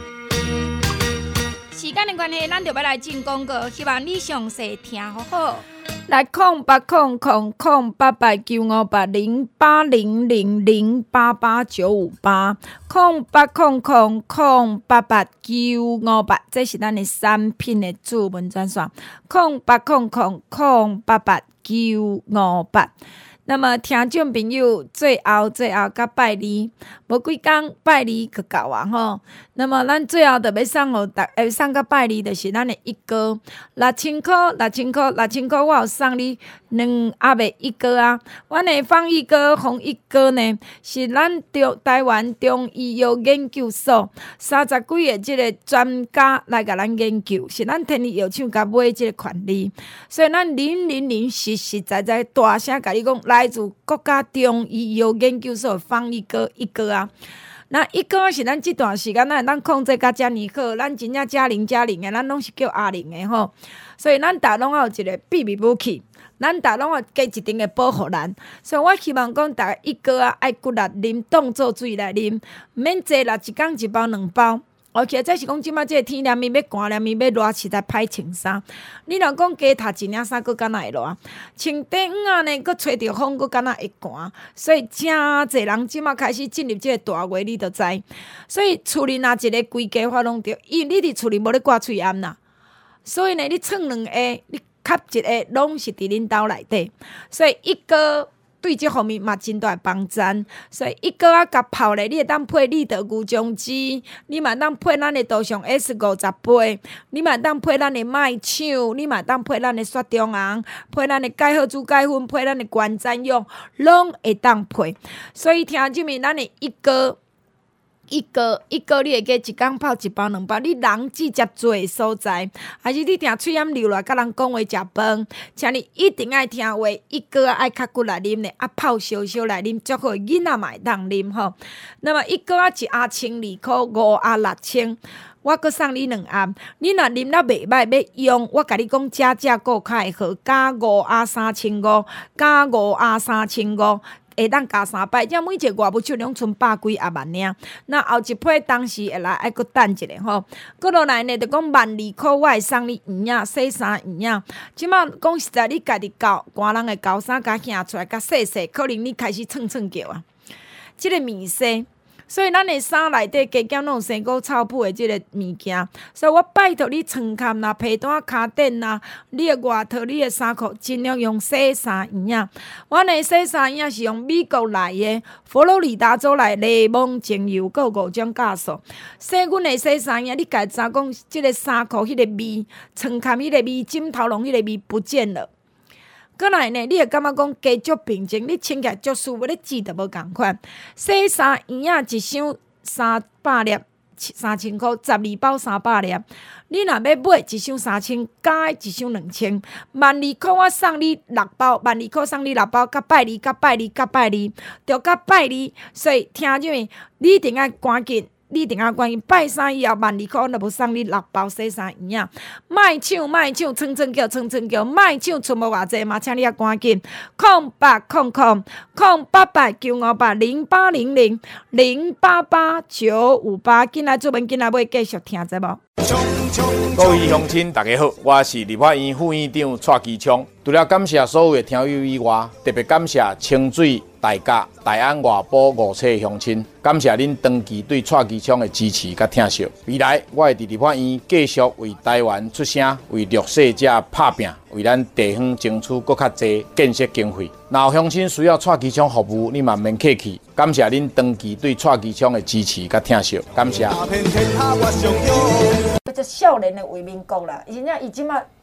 时间的关系，咱就要来进广告，希望你详细听好好。来空八空空空八八九五八零八零零零八八九五八空八空空空八八九五八，这是咱的产品的主文专线。空八空空空八八九五八。那么听众朋友，最后最后甲拜年，无几工拜年就到啊吼。那么咱最后就要送互大，会送甲拜年，就是咱的一哥六千块，六千块，六千块，我有送你两盒的一哥啊。阮的方一哥、洪一哥呢，是咱中台湾中医药研究所三十几个即个专家来甲咱研究，是咱天理药厂甲买即个权利，所以咱零零零实实在在大声甲你讲。来自国家中医药研究所方一哥一哥啊，那一哥是咱这段时间咱咱控制甲遮尔好，咱真正嘉玲嘉玲的，咱拢是叫阿玲的吼，所以咱大拢有一个秘密武器，咱大拢有加一定的保护咱，所以我希望讲大家一哥啊爱骨力啉，当做水来啉，免济啦，一工一包两包。而且这是讲即摆这个天连面要寒，连面要热，实在歹穿衫。你若讲加读一领衫，佫敢若会热？穿短袄啊呢，佫吹着风，佫敢若会寒。所以真侪人即摆开始进入这个大月，你就知。所以厝里若一个规家法拢着，伊你伫厝里无咧挂喙烟啦。所以呢，你创两下，你吸一下，拢是伫恁兜内底。所以一个。对这方面嘛真大帮助，所以一个啊，甲泡咧，你会当配立德牛姜汁，你嘛当配咱的杜尚 S 五十八，你嘛当配咱的麦抢，你嘛当配咱的雪中红，配咱的钙好珠钙粉，配咱的关瞻用，拢会当配。所以听这面咱的一个。一个一个，你会加一工泡一包两包，你人直接做的所在，还是你定喙炎流来，甲人讲话食饭，请你一定爱听话，一个爱较骨来啉的，啊泡烧烧来啉，最好囡仔嘛会当啉吼。那么一个啊一盒千二块，五盒六千。我阁送你两盒，你若啉了袂歹要用，我甲你讲加价购较会好，加五盒三千五，加五盒三千五。会当加三摆，只每一个外部手两剩百几啊万尔。那后一批当时会来爱阁等一下吼，阁落来呢，就讲万二块，我会送你圆仔洗衫圆仔。即摆讲实在，你家己搞寒人的高衫甲掀出来，甲洗洗，可能你开始蹭蹭叫啊。即、這个面洗。所以咱的衫内底加减拢有生果草谱的即个物件，所以我拜托你床垫啦、被单、卡垫啦，你的外套、你的衫裤，尽量用洗衫圆仔。阮的洗衫圆仔是用美国来的，佛罗里达州来柠檬精油，各五种加素。洗阮的洗衫圆仔，你家知讲，即个衫裤迄个味，床垫迄个味，枕头笼迄个味不见了。过来呢，你会感觉讲加足平静，你穿起来足舒服，你指都无共款。洗衫圆仔一箱三百粒，三千块，十二包三百粒。你若要买一箱三千，加一箱两千，万二块我送你六包，万二块送你六包，甲拜二，甲拜二，甲拜二，着甲拜二。所以听入面，你一定要赶紧。你一定要关于拜三以后万二块，我就无送你六包洗衫圆仔。卖抢卖抢，蹭蹭叫蹭蹭叫，卖抢出无偌济嘛，请你啊赶紧。空八空空空八八九五八零八零零零八八九五八，进来做文，进来要继续听者无？ 各位乡亲，大家好，我是立法院副院长蔡其昌。除了感谢所有的听友以外，特别感谢清水、大甲、大安外埔五处的乡亲，感谢恁长期对蔡其昌的支持甲疼惜。未来我会伫立法院继续为台湾出声，为弱势者拍拼，为咱地方争取更较侪建设经费。若有乡亲需要蔡其昌服务，你嘛免客气。感谢恁长期对蔡其昌的支持甲疼惜，感谢。 这少年的为民国啦，真正伊即马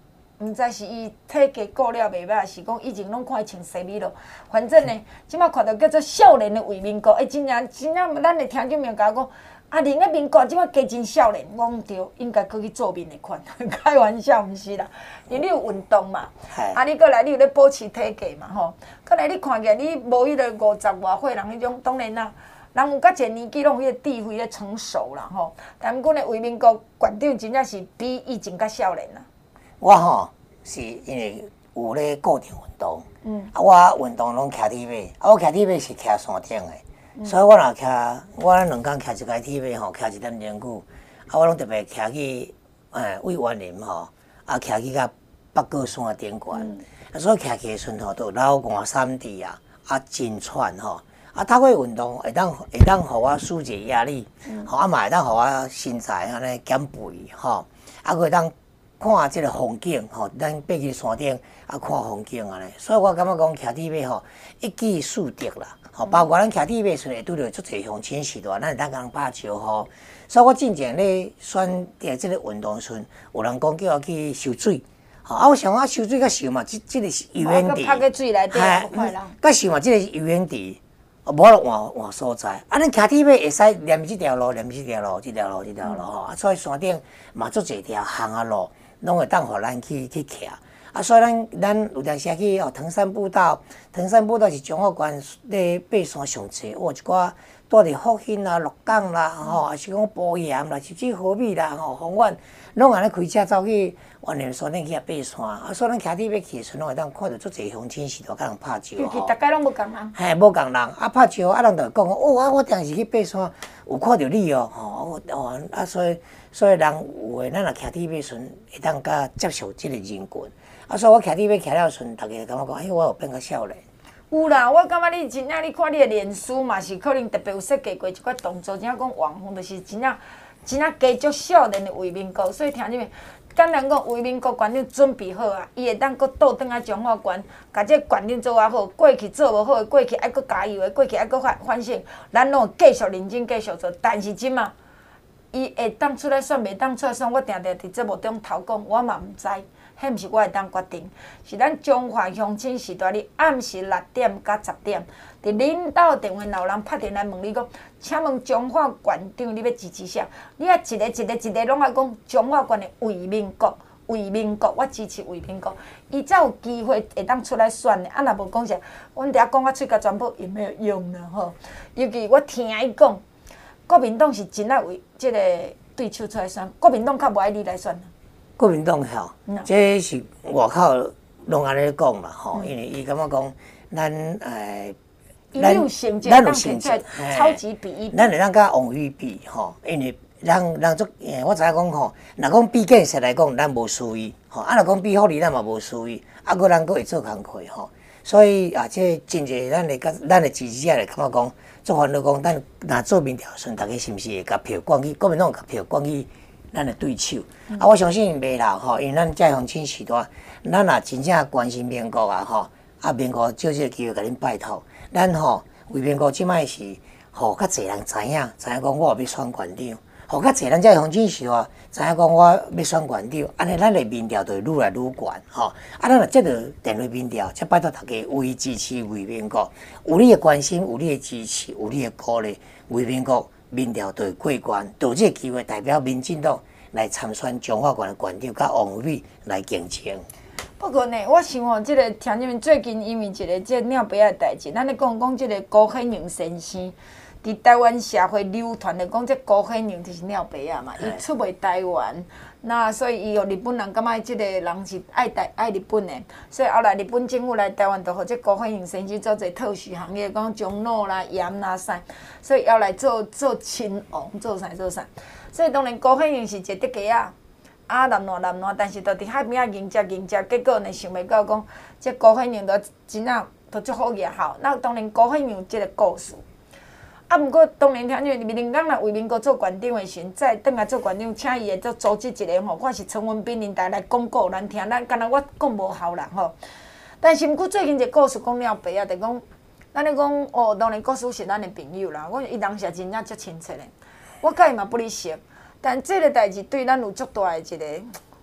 毋知是伊体格顾了袂歹，是讲以前拢看伊穿西米露。反正呢，即摆看到叫做少年的卫民国，诶，真正真正，咱的听众朋友甲我讲，啊，另个民国即摆加真少年，我讲对，应该搁去做面的款，开玩笑毋是啦。因为你有运动嘛，啊，你过来你有咧保持体格嘛吼，过来你看起来你无迄个五十外岁人迄种，当然啦。人有甲一个年纪，拢有迄个智慧咧成熟啦吼。但毋过呢，卫民国馆长真正是比以前较少年啦。 我吼是因为有咧固定运动，嗯，啊，我运动拢骑铁马，啊，我骑铁马是骑山顶的，嗯、所以我若骑，我两工骑一架铁马吼，骑一点钟久，啊，我拢特别骑去，诶，为园林吼，啊，骑去甲北高山顶悬，嗯、啊，所以骑骑的时阵吼，都流汗三滴啊，啊，真喘吼。啊，透过运动会当会当，互我疏解压力，吼、嗯，啊嘛会当互我身材安尼减肥，吼，啊，会当看即个风景，吼，咱爬去山顶啊看风景安尼，所以我感觉讲骑铁马吼一举数得啦，吼，包括咱骑铁马时会拄着足侪乡亲时代，咱会当甲人拍招呼，所以我真正咧选择即个运动时阵，有人讲叫我去游水。吼啊！我想我游水甲游嘛，即即个是游泳池， 拍个水内底，快啦。 甲游嘛，即个是游泳池。无就换换所在，啊！咱骑铁马会使连即条路，连即条路，即条路，即条路吼。啊，所以山顶嘛足侪条行啊路，拢会当互咱去去骑。啊，所以咱咱有当时去哦，藤山步道，藤山步道是中华县咧爬山上济，哦，一寡住伫福兴啦、鹿港啦，吼，还是讲埔盐啦，甚至河美啦，吼，丰原，拢安尼开车走去万年山顶去啊爬山。啊，所以咱骑铁马去的时阵，拢会当看到足侪乡亲时代甲人拍照吼。其实大家拢无共人。 嘿，无共人，啊拍照，啊人就讲哦，啊我当时去爬山，有看到你哦，吼，哦，啊所以所以人有诶，咱若骑铁马时阵，会当甲接受即个人群。啊，所以我骑铁马骑了时阵，逐个感觉讲，哎，我有变较少年。 有啦，我感觉你真正，你看你的脸书嘛，是可能特别有设计过一寡动作，真正讲网红，就是真正真正加足少年的卫民国，所以听你们简单讲，卫民国馆长准备好啊，伊会当搁倒转来中华馆，甲这馆长做啊好，过去做无好的，过去爱搁加油的，过去爱搁反反省，咱拢继续认真继续做，但是即嘛，伊会当出来选，袂当出来选，我定定伫节目中头讲，我嘛毋知。迄毋是我会当决定，是咱中华乡亲时代哩暗时六点到十点，伫领导电话有人拍电来问你讲，请问中华馆长你要支持啥？你啊一个一个一个拢爱讲中华馆的卫民国，卫民国，我支持卫民国，伊才有机会会当出来选的。啊，若无讲啥，阮伫遐讲啊喙甲全部也没有用了吼。尤其我听伊讲，国民党是真爱为即个对手出来选，国民党较无爱你来选。 国民党吼，这是外口拢安尼讲啦吼，因为伊感觉讲咱诶， 咱有成绩，咱有成绩，超级比一， 咱会当甲王宇比吼，因为人人足诶，我知影讲吼，若讲比建设来讲，咱无输伊吼，啊若讲比福利，咱嘛无输伊，啊个咱佫会做工课吼，所以啊，这真侪咱会甲咱的支持者来感觉讲，做烦恼讲，咱若做民调时阵，大家是毋是会甲票捐去？国民党甲票捐去？咱的对手，嗯、啊，我相信袂啦吼，因为咱遮乡亲时代，咱若真正关心民国啊吼，啊民国借这个机会甲恁拜托，咱吼为民国即摆是，互较侪人知影，知影讲我要选馆长，互较侪咱遮乡亲时代知影讲我要选馆长，安尼咱的民调就会愈来愈悬吼，啊，咱若接到电话民调，则拜托大家为支持为民国，有你的关心，有你的支持，有你的鼓励，为民国。民调就会过关，就有这个机会代表民进党来参选中华县的县长，甲王美来竞争。 不过呢，我想吼，即个听你们最近因为一个即个鸟白仔的代志，咱咧讲讲即个高显荣先生，伫台湾社会流传的讲，即高显荣就是鸟白仔嘛，伊出卖台湾。那所以伊互日本人感觉即个人是爱台爱日本的，所以后来日本政府来台湾，就互即高显荣先生做侪特许行业，讲钟乳啦、盐啦啥，所以要来做做亲王，做啥做啥。所以当然高显荣是一个德家仔，啊南烂南烂，但是就伫海边仔迎接迎接，结果呢想袂到讲，即高显荣就真正都足好业好。那当然高显荣即个故事。啊，毋过当然听见民进党若为民国做馆长的时阵，再转来做馆长，请伊会做组织一个吼，看是陈文彬领导来广告咱听，咱敢若我讲无效人吼。但是毋过最近一个故事讲了白啊，就讲咱咧讲哦，当然故事是咱的朋友啦，我伊人是真正足亲切的，我甲伊嘛不离熟，但这个代志对咱有足大的一个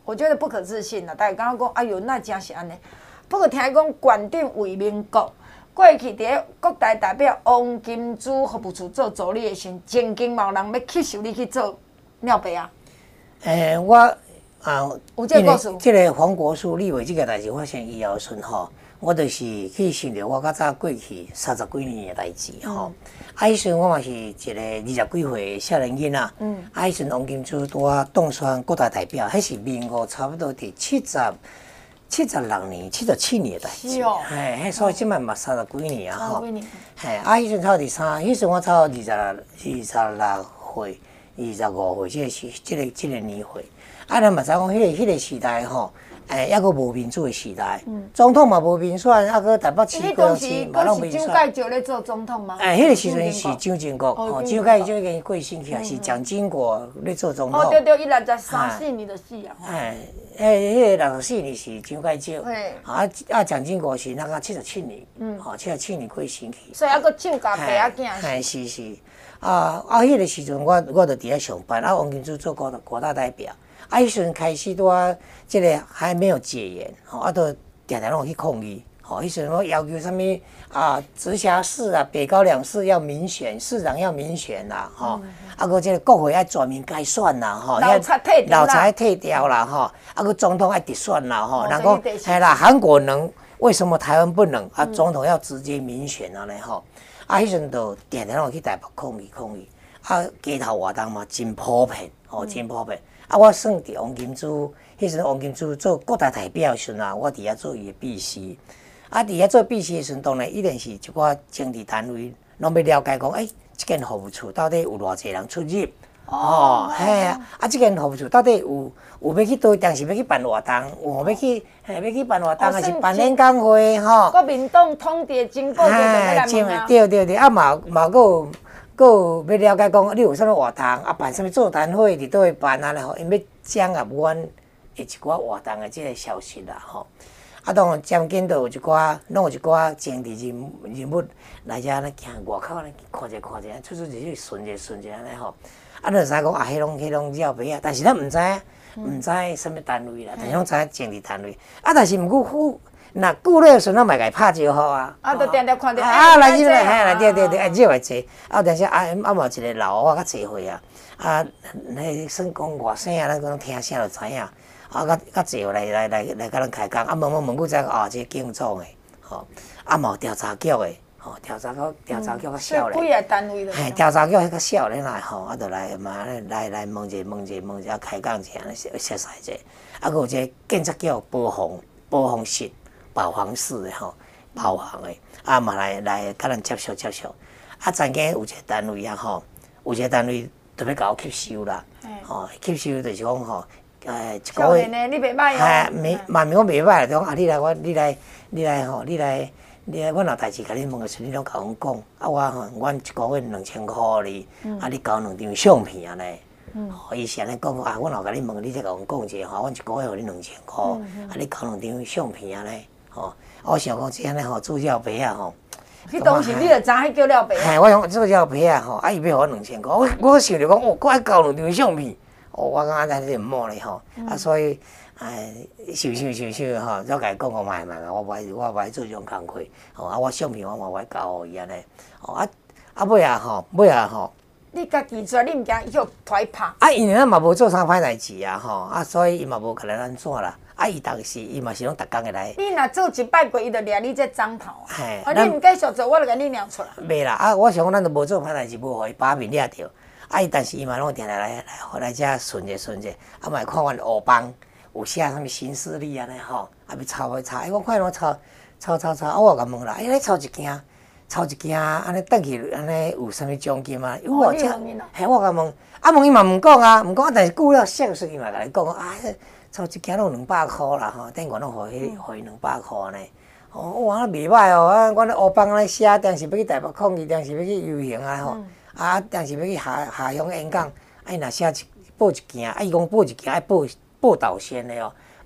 我觉得不可置信啦。大家感觉讲，哎呦，那真是安尼。不过听讲馆长为民国，过去伫国台代表王金珠服务处做助理的时，曾经嘛有人要乞求你去做尿杯啊。 诶、欸，我啊， 有这个故事。 这个黄国书立委这个代志发生以后时吼，我就是去想着我较早过去三十几年的代志吼。嗯、啊，迄时我嘛是一个二十几岁的少年囡仔。嗯。啊，迄时王金珠拄啊当选国台代表，迄是民国差不多伫七十。七十六年、七十七年的代志，嘿，嘿，所以即摆嘛三十几年啊，吼，嘿，啊，迄阵差伫三，迄阵我差二十、二十六岁、二十五岁，即个是即个即个年岁，啊，咱嘛知讲，迄个迄个时代吼，诶，抑阁无民主的时代，总统嘛无民选，啊，阁台北市、高雄市嘛拢民选。 是蒋介石咧做总统吗？ 诶，迄个时阵是蒋经国，哦，蒋介石就已经过身去啊，是蒋经国咧做总统。 哦，对对，伊六十三四年的死啊。 哎。诶，迄个六十四年是蒋介石，啊啊，蒋经国是那个七十七年，嗯，吼七十七年过身去， 所以还阁救家爸仔囝。 嘿，是是，啊啊，迄个时阵我我就伫遐上班，啊，王金珠做国国大代表，啊，迄时阵开始拄啊，即个还没有解严，吼，啊，都常常拢去抗议，吼，迄时阵我要求啥物啊，直辖市啊，北高两市要民选，市长要民选啦，吼。啊，佮即个国会爱全面改选啦，吼， 老差退掉啦， 老差退掉啦，吼，啊，佮总统爱直选啦，吼，人讲，嘿啦，韩国能，为什么台湾不能？啊，总统要直接民选啊咧，吼，啊，迄阵就常常去台北抗议抗议，啊，街头活动嘛真普遍，吼，真普遍。啊，我算伫王金珠，迄阵王金珠做国台代表时阵啊，我伫遐做伊的秘书，啊，伫遐做秘书的时阵，当然一定是一寡政治单位，拢要了解讲，诶、欸。这间服务处到底有偌济人出入？哦，嘿啊！啊，这间服务处到底有有要去倒？当时要去办活动，有要去嘿要去办活动，还是办演讲会吼？ 国民党统治经过就来问啊。 对对对，啊嘛嘛，佫佫要了解讲，你有啥物活动？啊，办啥物座谈会伫倒位办啊咧吼？因要掌握阮的一寡活动的即个消息啦吼。啊，当然，渐渐都有一寡，拢有一寡政治人人物来遮咧行外口咧看者看者，出出入入顺者顺者安尼吼。啊，咱知讲啊，迄拢迄拢绕牌啊，但是咱毋知影，毋知什么单位啦，但是拢知影政治单位。啊，但是毋过久，若久了时阵，咱嘛甲伊拍招呼啊。 啊，都定定看着。 啊，来进来，嘿，来对对对，啊，少会坐。啊，但是啊，啊嘛一个老我较济岁啊，啊，迄算讲外省啊，咱讲听声就知影。啊，较较济来来来来，甲咱开讲，啊，问问问过才哦，这警总的，吼，啊，嘛有调查局的，吼，调查局调查局较少咧， 几个单位咧， 嘿，调查局迄较少咧来，吼，啊，就来嘛来来问者问者问者开讲者，安尼熟悉者，啊，有一个建设局保防保防室、保防室的吼，保防的，啊嘛来来甲咱接触接触，啊，曾经有一个单位啊，吼，有一个单位特别甲我吸收啦，吼，吸收就是讲吼。诶，一个月，你袂歹哦。 哎，没，嘛咪我袂歹，就讲啊，你来我，你来，你来吼，你来，你来，阮有代志甲你问个时，你拢甲阮讲，啊，我吼，阮一个月两千箍哩，啊，你交两张相片安尼，吼，伊是安尼讲啊，阮若甲你问，你再甲阮讲者吼，阮一个月互你两千箍，啊，你交两张相片安尼，吼，我想讲这安尼吼，做尿杯啊吼。 迄当时你就知迄叫尿杯啊。 嘿，我想做尿杯啊吼，啊，伊要互我两千箍，我我想着讲，哦，我爱交两张相片。哦，我感觉真是毋好咧吼，嗯、啊，所以，哎，想想想想吼，再甲伊讲讲卖卖嘛，我无爱我无爱做这种工课，吼，啊，我相片我嘛无爱交互伊安尼，吼，啊，啊尾啊吼，尾啊吼， 你家己做，你毋惊伊互拖拍？ 啊，因为咱嘛无做啥歹代志啊，吼，啊，所以伊嘛无甲咱安怎啦，啊，伊当时伊嘛是拢逐工会来。 你若做一摆过，伊就掠你这脏头啊！啊，你毋继续做，我就甲你掠出来。 袂啦，啊，我想讲咱都无做歹代志，无互伊把面掠着。啊！伊但是伊嘛拢定来来来来遮顺者顺者，啊嘛看阮黑帮有写啥物新势力安尼吼，啊要抄要抄，哎我看拢抄抄抄抄，啊我甲问啦，哎你抄一件，抄一件安尼转去安尼有啥物奖金啊？有哦，这嘿我甲问，啊问伊嘛毋讲啊，毋讲，但是久了熟识伊嘛甲你讲啊，抄一件拢两百箍啦吼，等于拢互迄互伊两百箍安尼。哦，哇，袂歹哦，啊，阮咧黑帮咧写，当时要去台北抗议，当时要去游行啊吼。啊，当时要去下下乡演讲，啊，伊若写一报一件，啊，伊讲报一件爱报报道先的哦，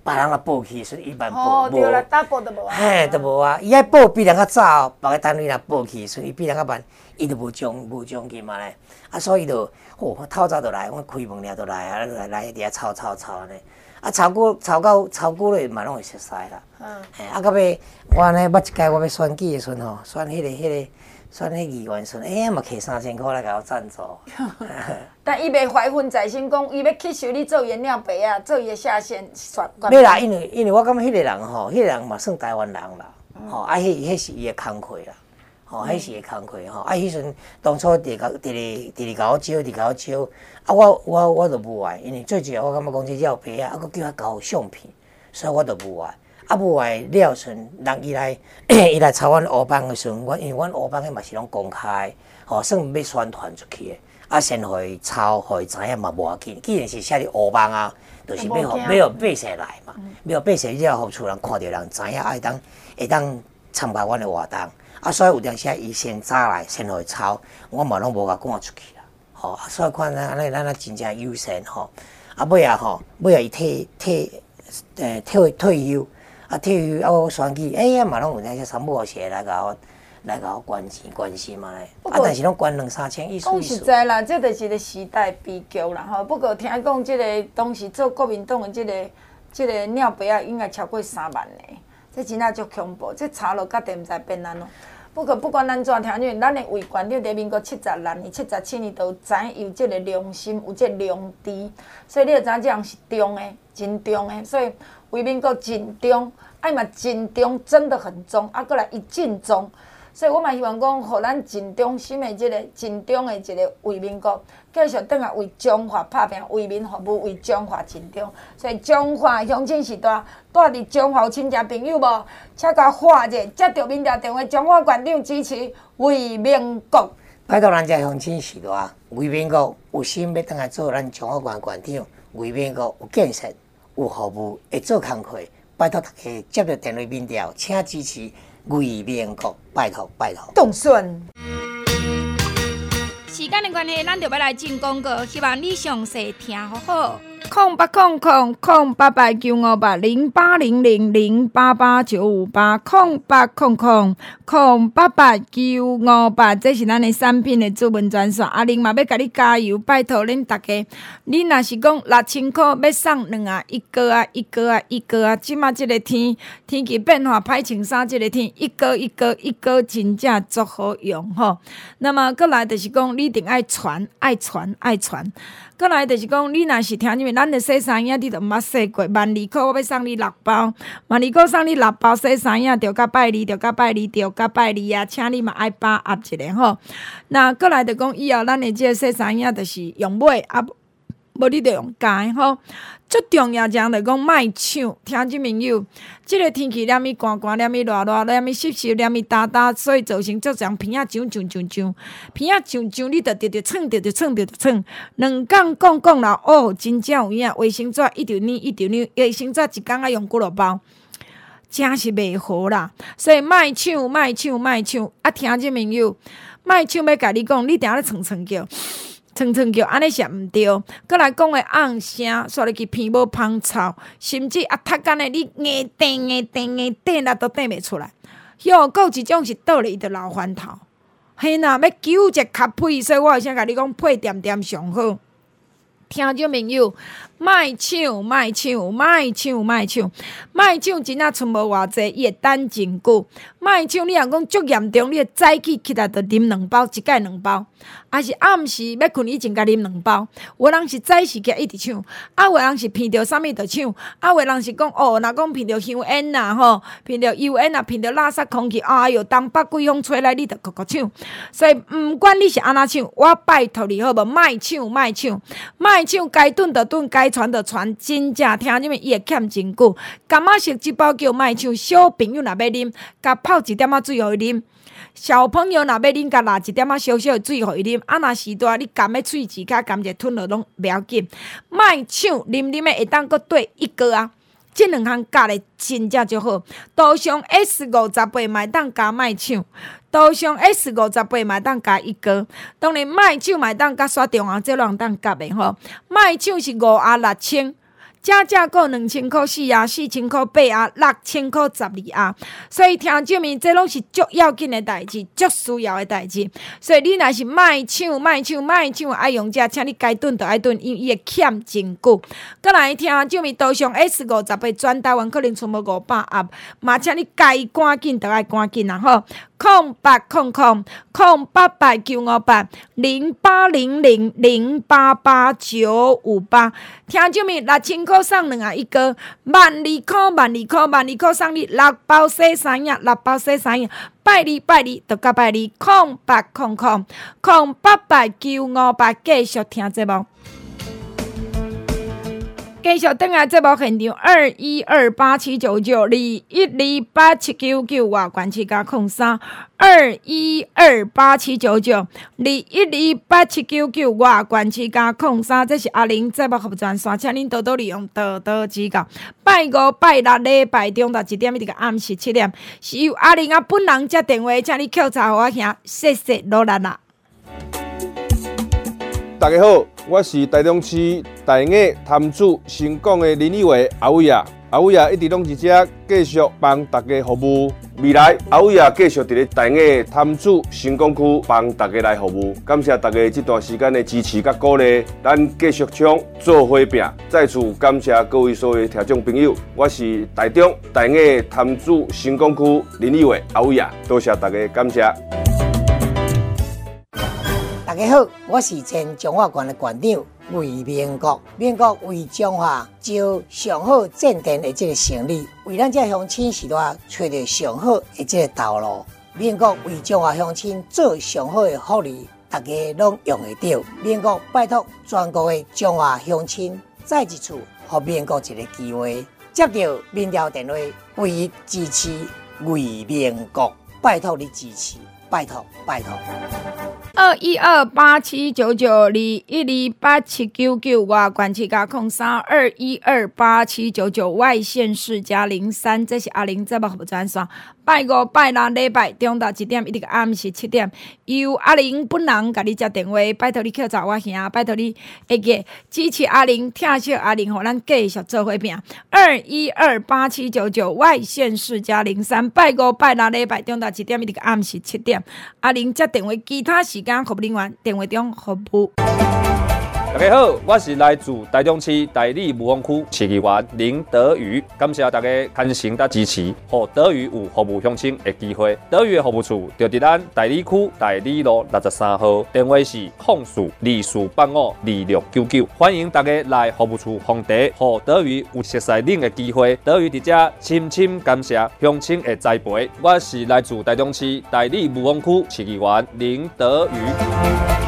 别人若报去时，伊万哦， 报无。 对啦，打报都无啊。 嘿，都无啊！伊爱报比人较早，别个单位若报去时，伊比人较慢，伊就无奖无奖金嘛咧。啊，所以就哦，透早就来，我开门了就来啊，来来伫遐吵吵吵安尼。啊，吵久吵到吵久咧，嘛拢会熟悉啦。嗯。嘿，啊，到尾我安尼捌一届我要选举的时阵吼，选迄、那个、迄、那个。选迄议员时，哎，嘛摕三千块来甲我赞助。 但伊袂怀恨在心，讲伊要去收你做原料白啊，做伊的下线选。 要啦，因为因为我感觉迄个人吼，迄个人嘛算台湾人啦，吼、嗯，啊，迄迄是伊的工课啦，吼、哦，迄是伊的工课吼，啊，迄阵当初伫个伫咧伫咧甲我招，伫甲我招，啊，我我我就无爱，因为最主要我感觉讲这料白啊，啊，佮叫我交相片，所以我就无爱。啊，无爱了时，人伊来伊来抄阮乌帮的时阵，阮因为阮乌帮的嘛是拢公开，吼、哦，算要宣传出去的。啊，先互伊抄，互伊知影嘛无要紧。既然是写伫乌帮啊，就是要互要互百姓来嘛，要互百姓了互厝人看到人知影，会当会当参加阮的活动。啊，所以有当时伊先早来，先互伊抄，我嘛拢无甲赶出去啦。吼、哦，所以看咱安尼咱啊真正优先吼。啊，尾啊吼，尾啊伊退退诶退退休。啊，退休啊，我选举，哎呀，嘛拢有那些三不五时来甲我来甲我关钱关心嘛咧。啊，但是拢关两三千，意思意思。 讲实在啦，这就是个时代悲剧啦吼。不过听讲，即个当时做国民党的即、这个即、这个尿白啊，应该超过三万个，这真正足恐怖。这查落到底毋知变安怎。不过不管咱怎听，因为咱的卫官长伫民国七十六年、七十七年都知影有即个良心，有即个良知，所以你就知影这人是中的，真中的，所以。为民国尽忠，爱嘛尽忠真的很忠，啊，过来一尽忠，所以我嘛希望讲，互咱尽忠心的即、这个尽忠的一个为民国，继续倒来为中华拍拼，为民服务，为中华尽忠。所以中华乡亲时代，住伫中华有亲戚朋友无？请甲发者接到民调电话，中华县长支持为民国。 拜托咱遮乡亲时代，为民国有心要倒来做咱中华县县长，为民国有建设。有服务会做工课，拜托大家接到电话民调，请支持为民国，拜托拜托。 动顺。 时间的关系，咱就要来进广告，希望你详细听好好。 空八空空空八八九五八零八零零零八八九五八空八空空空八八九五八，这是咱的产品的主文专线。阿玲嘛要甲你加油，拜托恁大家。你若是讲六千块要送两啊一个啊一个啊一个啊，即马即个天天气变化歹穿衫，即个天一个一个一个真正足好用吼。那么过来就是讲，你一定爱传爱传爱传。过来就是讲，你若是听因为咱的洗衫影，你都毋捌洗过，万二块我要送你六包，万二块送你六包洗衫影，着甲拜二，着甲拜二，着甲拜二啊！请你嘛爱把握一下吼。那过来就讲以后，咱的即个洗衫影就是用买啊，无你着用加吼。最重要讲就讲卖抢，听众朋友，即、这个天气连咪寒寒，连咪热热，连咪湿湿，连咪焦焦，所以造成足人鼻仔痒痒痒痒，鼻仔痒痒，你着直直蹭，直直蹭，直直蹭。两工讲讲啦，哦，真正有影，卫生纸一直捏，一直捏，卫生纸一工啊用几落包，真是袂好啦。所以卖抢，卖抢，卖抢，啊，听众朋友，卖抢要甲你讲，你定咧蹭蹭叫。蹭蹭叫，安尼是毋对。搁来讲诶昂声，煞入去鼻毛芳臭，甚至啊，踢干诶，你硬顶硬顶硬顶啦，都顶袂出来。哟，还有一种是倒咧伊着老翻头，嘿呐，要纠一较配，所以我有啥甲你讲配点点上好。听众朋友，卖抢卖抢卖抢卖抢卖抢，真正剩无偌济，伊会等真久。卖抢你若讲足严重，你早起起来就啉两包，一盖两包。还是暗时要困以前，甲啉两包。有人是早时起一直抢，啊，有人是闻到啥物就抢，啊，有人是讲哦，若讲闻到香烟啦吼，闻到油烟啊，闻到垃圾空气，哎哟，东北季风吹来，你就咕咕抢。所以毋管你是安怎抢，我拜托你好无，卖抢卖抢卖抢，该炖就炖，该传就传，真正听你们伊会欠真久。感仔食一包叫卖抢，小朋友若要啉，甲泡一点仔水互伊啉。小朋友若要啉，甲拿一点仔小小的水互伊啉，啊，若时大你含个喙齿骹含者吞落拢袂要紧。卖抢啉啉的会当搁兑一个啊，即两项加咧真正就好。刀上 S 五十八嘛当加卖抢，刀上 S 五十八嘛当加一个。当然卖抢嘛当加刷中央，这两当夹的吼。卖抢是五啊六千。 加价够两千块四啊，四千块八啊，六千块十二啊。所以听证明，这拢是足要紧的代志，足需要的代志。所以你若是卖抢、卖抢、卖抢爱用者，请你该囤就爱囤，因为伊会欠真久。再来听证明，道上 S 五十八全台湾可能剩无五百盒，嘛请你该赶紧就爱赶紧啦吼。空八空空空八八九五八零八零零零八八九五八，听证明六千块送两啊一个，万二块万二块万二块送你六包洗衫液，六包洗衫液，拜二拜二就甲拜二，空八空空空八八九五八，继续听节目。继续登来节目现场，二一二八七九九二一二八七九九外关市加空三，二一二八七九九二一二八七九九外关市加空三，这是阿玲节目服务专线，请恁多多利用，多多指教。拜五拜六礼拜中昼一点一直到暗时七点，是由阿玲啊本人接电话，请你扣查互我兄，谢谢努力啦。 大家好，我是台中市大雅潭子成功的林立伟阿伟啊，阿伟啊一直拢是遮继续帮大家服务。未来阿伟啊继续伫咧大雅潭子成功区帮大家来服务。感谢大家这段时间的支持甲鼓励，咱继续冲做伙拼。再次感谢各位所有听众朋友，我是台中大雅潭子成功区林立伟阿伟啊，多谢大家，感谢。 大家好，我是前中华县的县长魏明国。民国为中华招上好建店的这个成立，为咱这乡亲时代找到上好的这个道路。民国为中华乡亲做上好的福利，大家拢用得到。民国拜托全国的中华乡亲，再一次给民国一个机会，接到民调电话，唯一支持魏明国，拜托你支持，拜托拜托。 二一二八七九九二一二八七九九外关市加空三二一二八七九九外县市加零三，这是阿玲节目服务专线。拜五拜六礼拜中昼一点一直到暗时七点，由阿玲本人甲你接电话，拜托你扣查我兄，拜托你会记支持阿玲，听惜阿玲，互咱继续做伙拼。二一二八七九九外县市加零三，拜五拜六礼拜中昼一点一直到暗时七点，阿玲接电话，其他时间服务人员电话中服务。 大家好，我是来自台中市大里武丰区市议员林德瑜，感谢大家牵诚甲支持，让德瑜有服务乡亲的机会。德瑜的服务处就伫咱大里区大里路六十三号，电话是控诉二四八五二六九九，欢迎大家来服务处访查，让德瑜有熟悉恁的机会。德瑜伫遮深深感谢乡亲的栽培。我是来自台中市大里武丰区市议员林德瑜。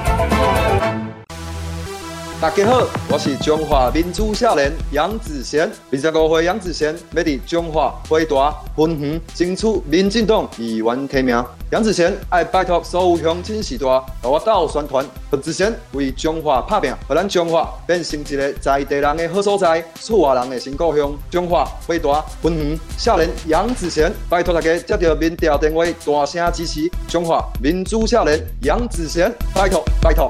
大家好，我是中华民主少年杨子贤。二十五岁杨子贤要伫中华回大分园争取民进党议员提名。杨子贤爱拜托所有乡亲时代，和我斗宣传。杨子贤为中华打拼，让咱中华变成一个在地人的好所在，厝外人的新故乡。中华回大分园少年杨子贤，拜托大家接到民调电话，大声支持中华民主少年杨子贤，拜托拜托。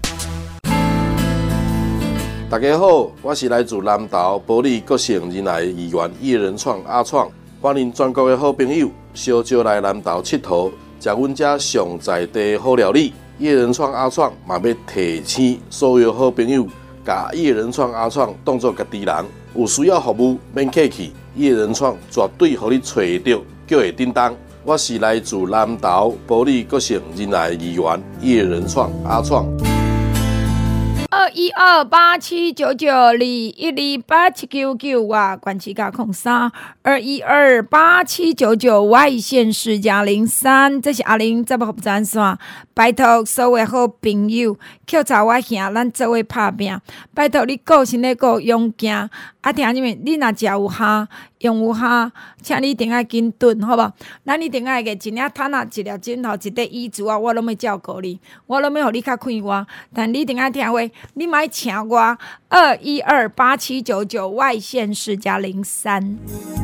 大家好，我是来自南投埔里国姓仁爱议员叶仁创阿创，欢迎全国的好朋友小招来南投佚佗，食阮遮上在地好料理。叶仁创阿创嘛要提醒所有好朋友，甲叶仁创阿创当作家己人，有需要服务免客气，叶仁创绝对互你找到，叫会叮当。我是来自南投埔里国姓仁爱议员叶仁创阿创。 二一二八七九九二一二八七九九外关市加空三二一二八七九九外县市加零三，这是阿玲节目服务专线。拜托所有好朋友，扣查我兄，咱做伙拍拼。拜托你顾身体顾勇健，啊听你们，你若食有虾，用有虾，请你一定要紧炖，好无？咱一定要个一领毯啊，一粒枕头，一块椅子啊，我拢要照顾你，我拢要互你较快活。但你一定要听话，你莫请我。二一二八七九九外县市加零三。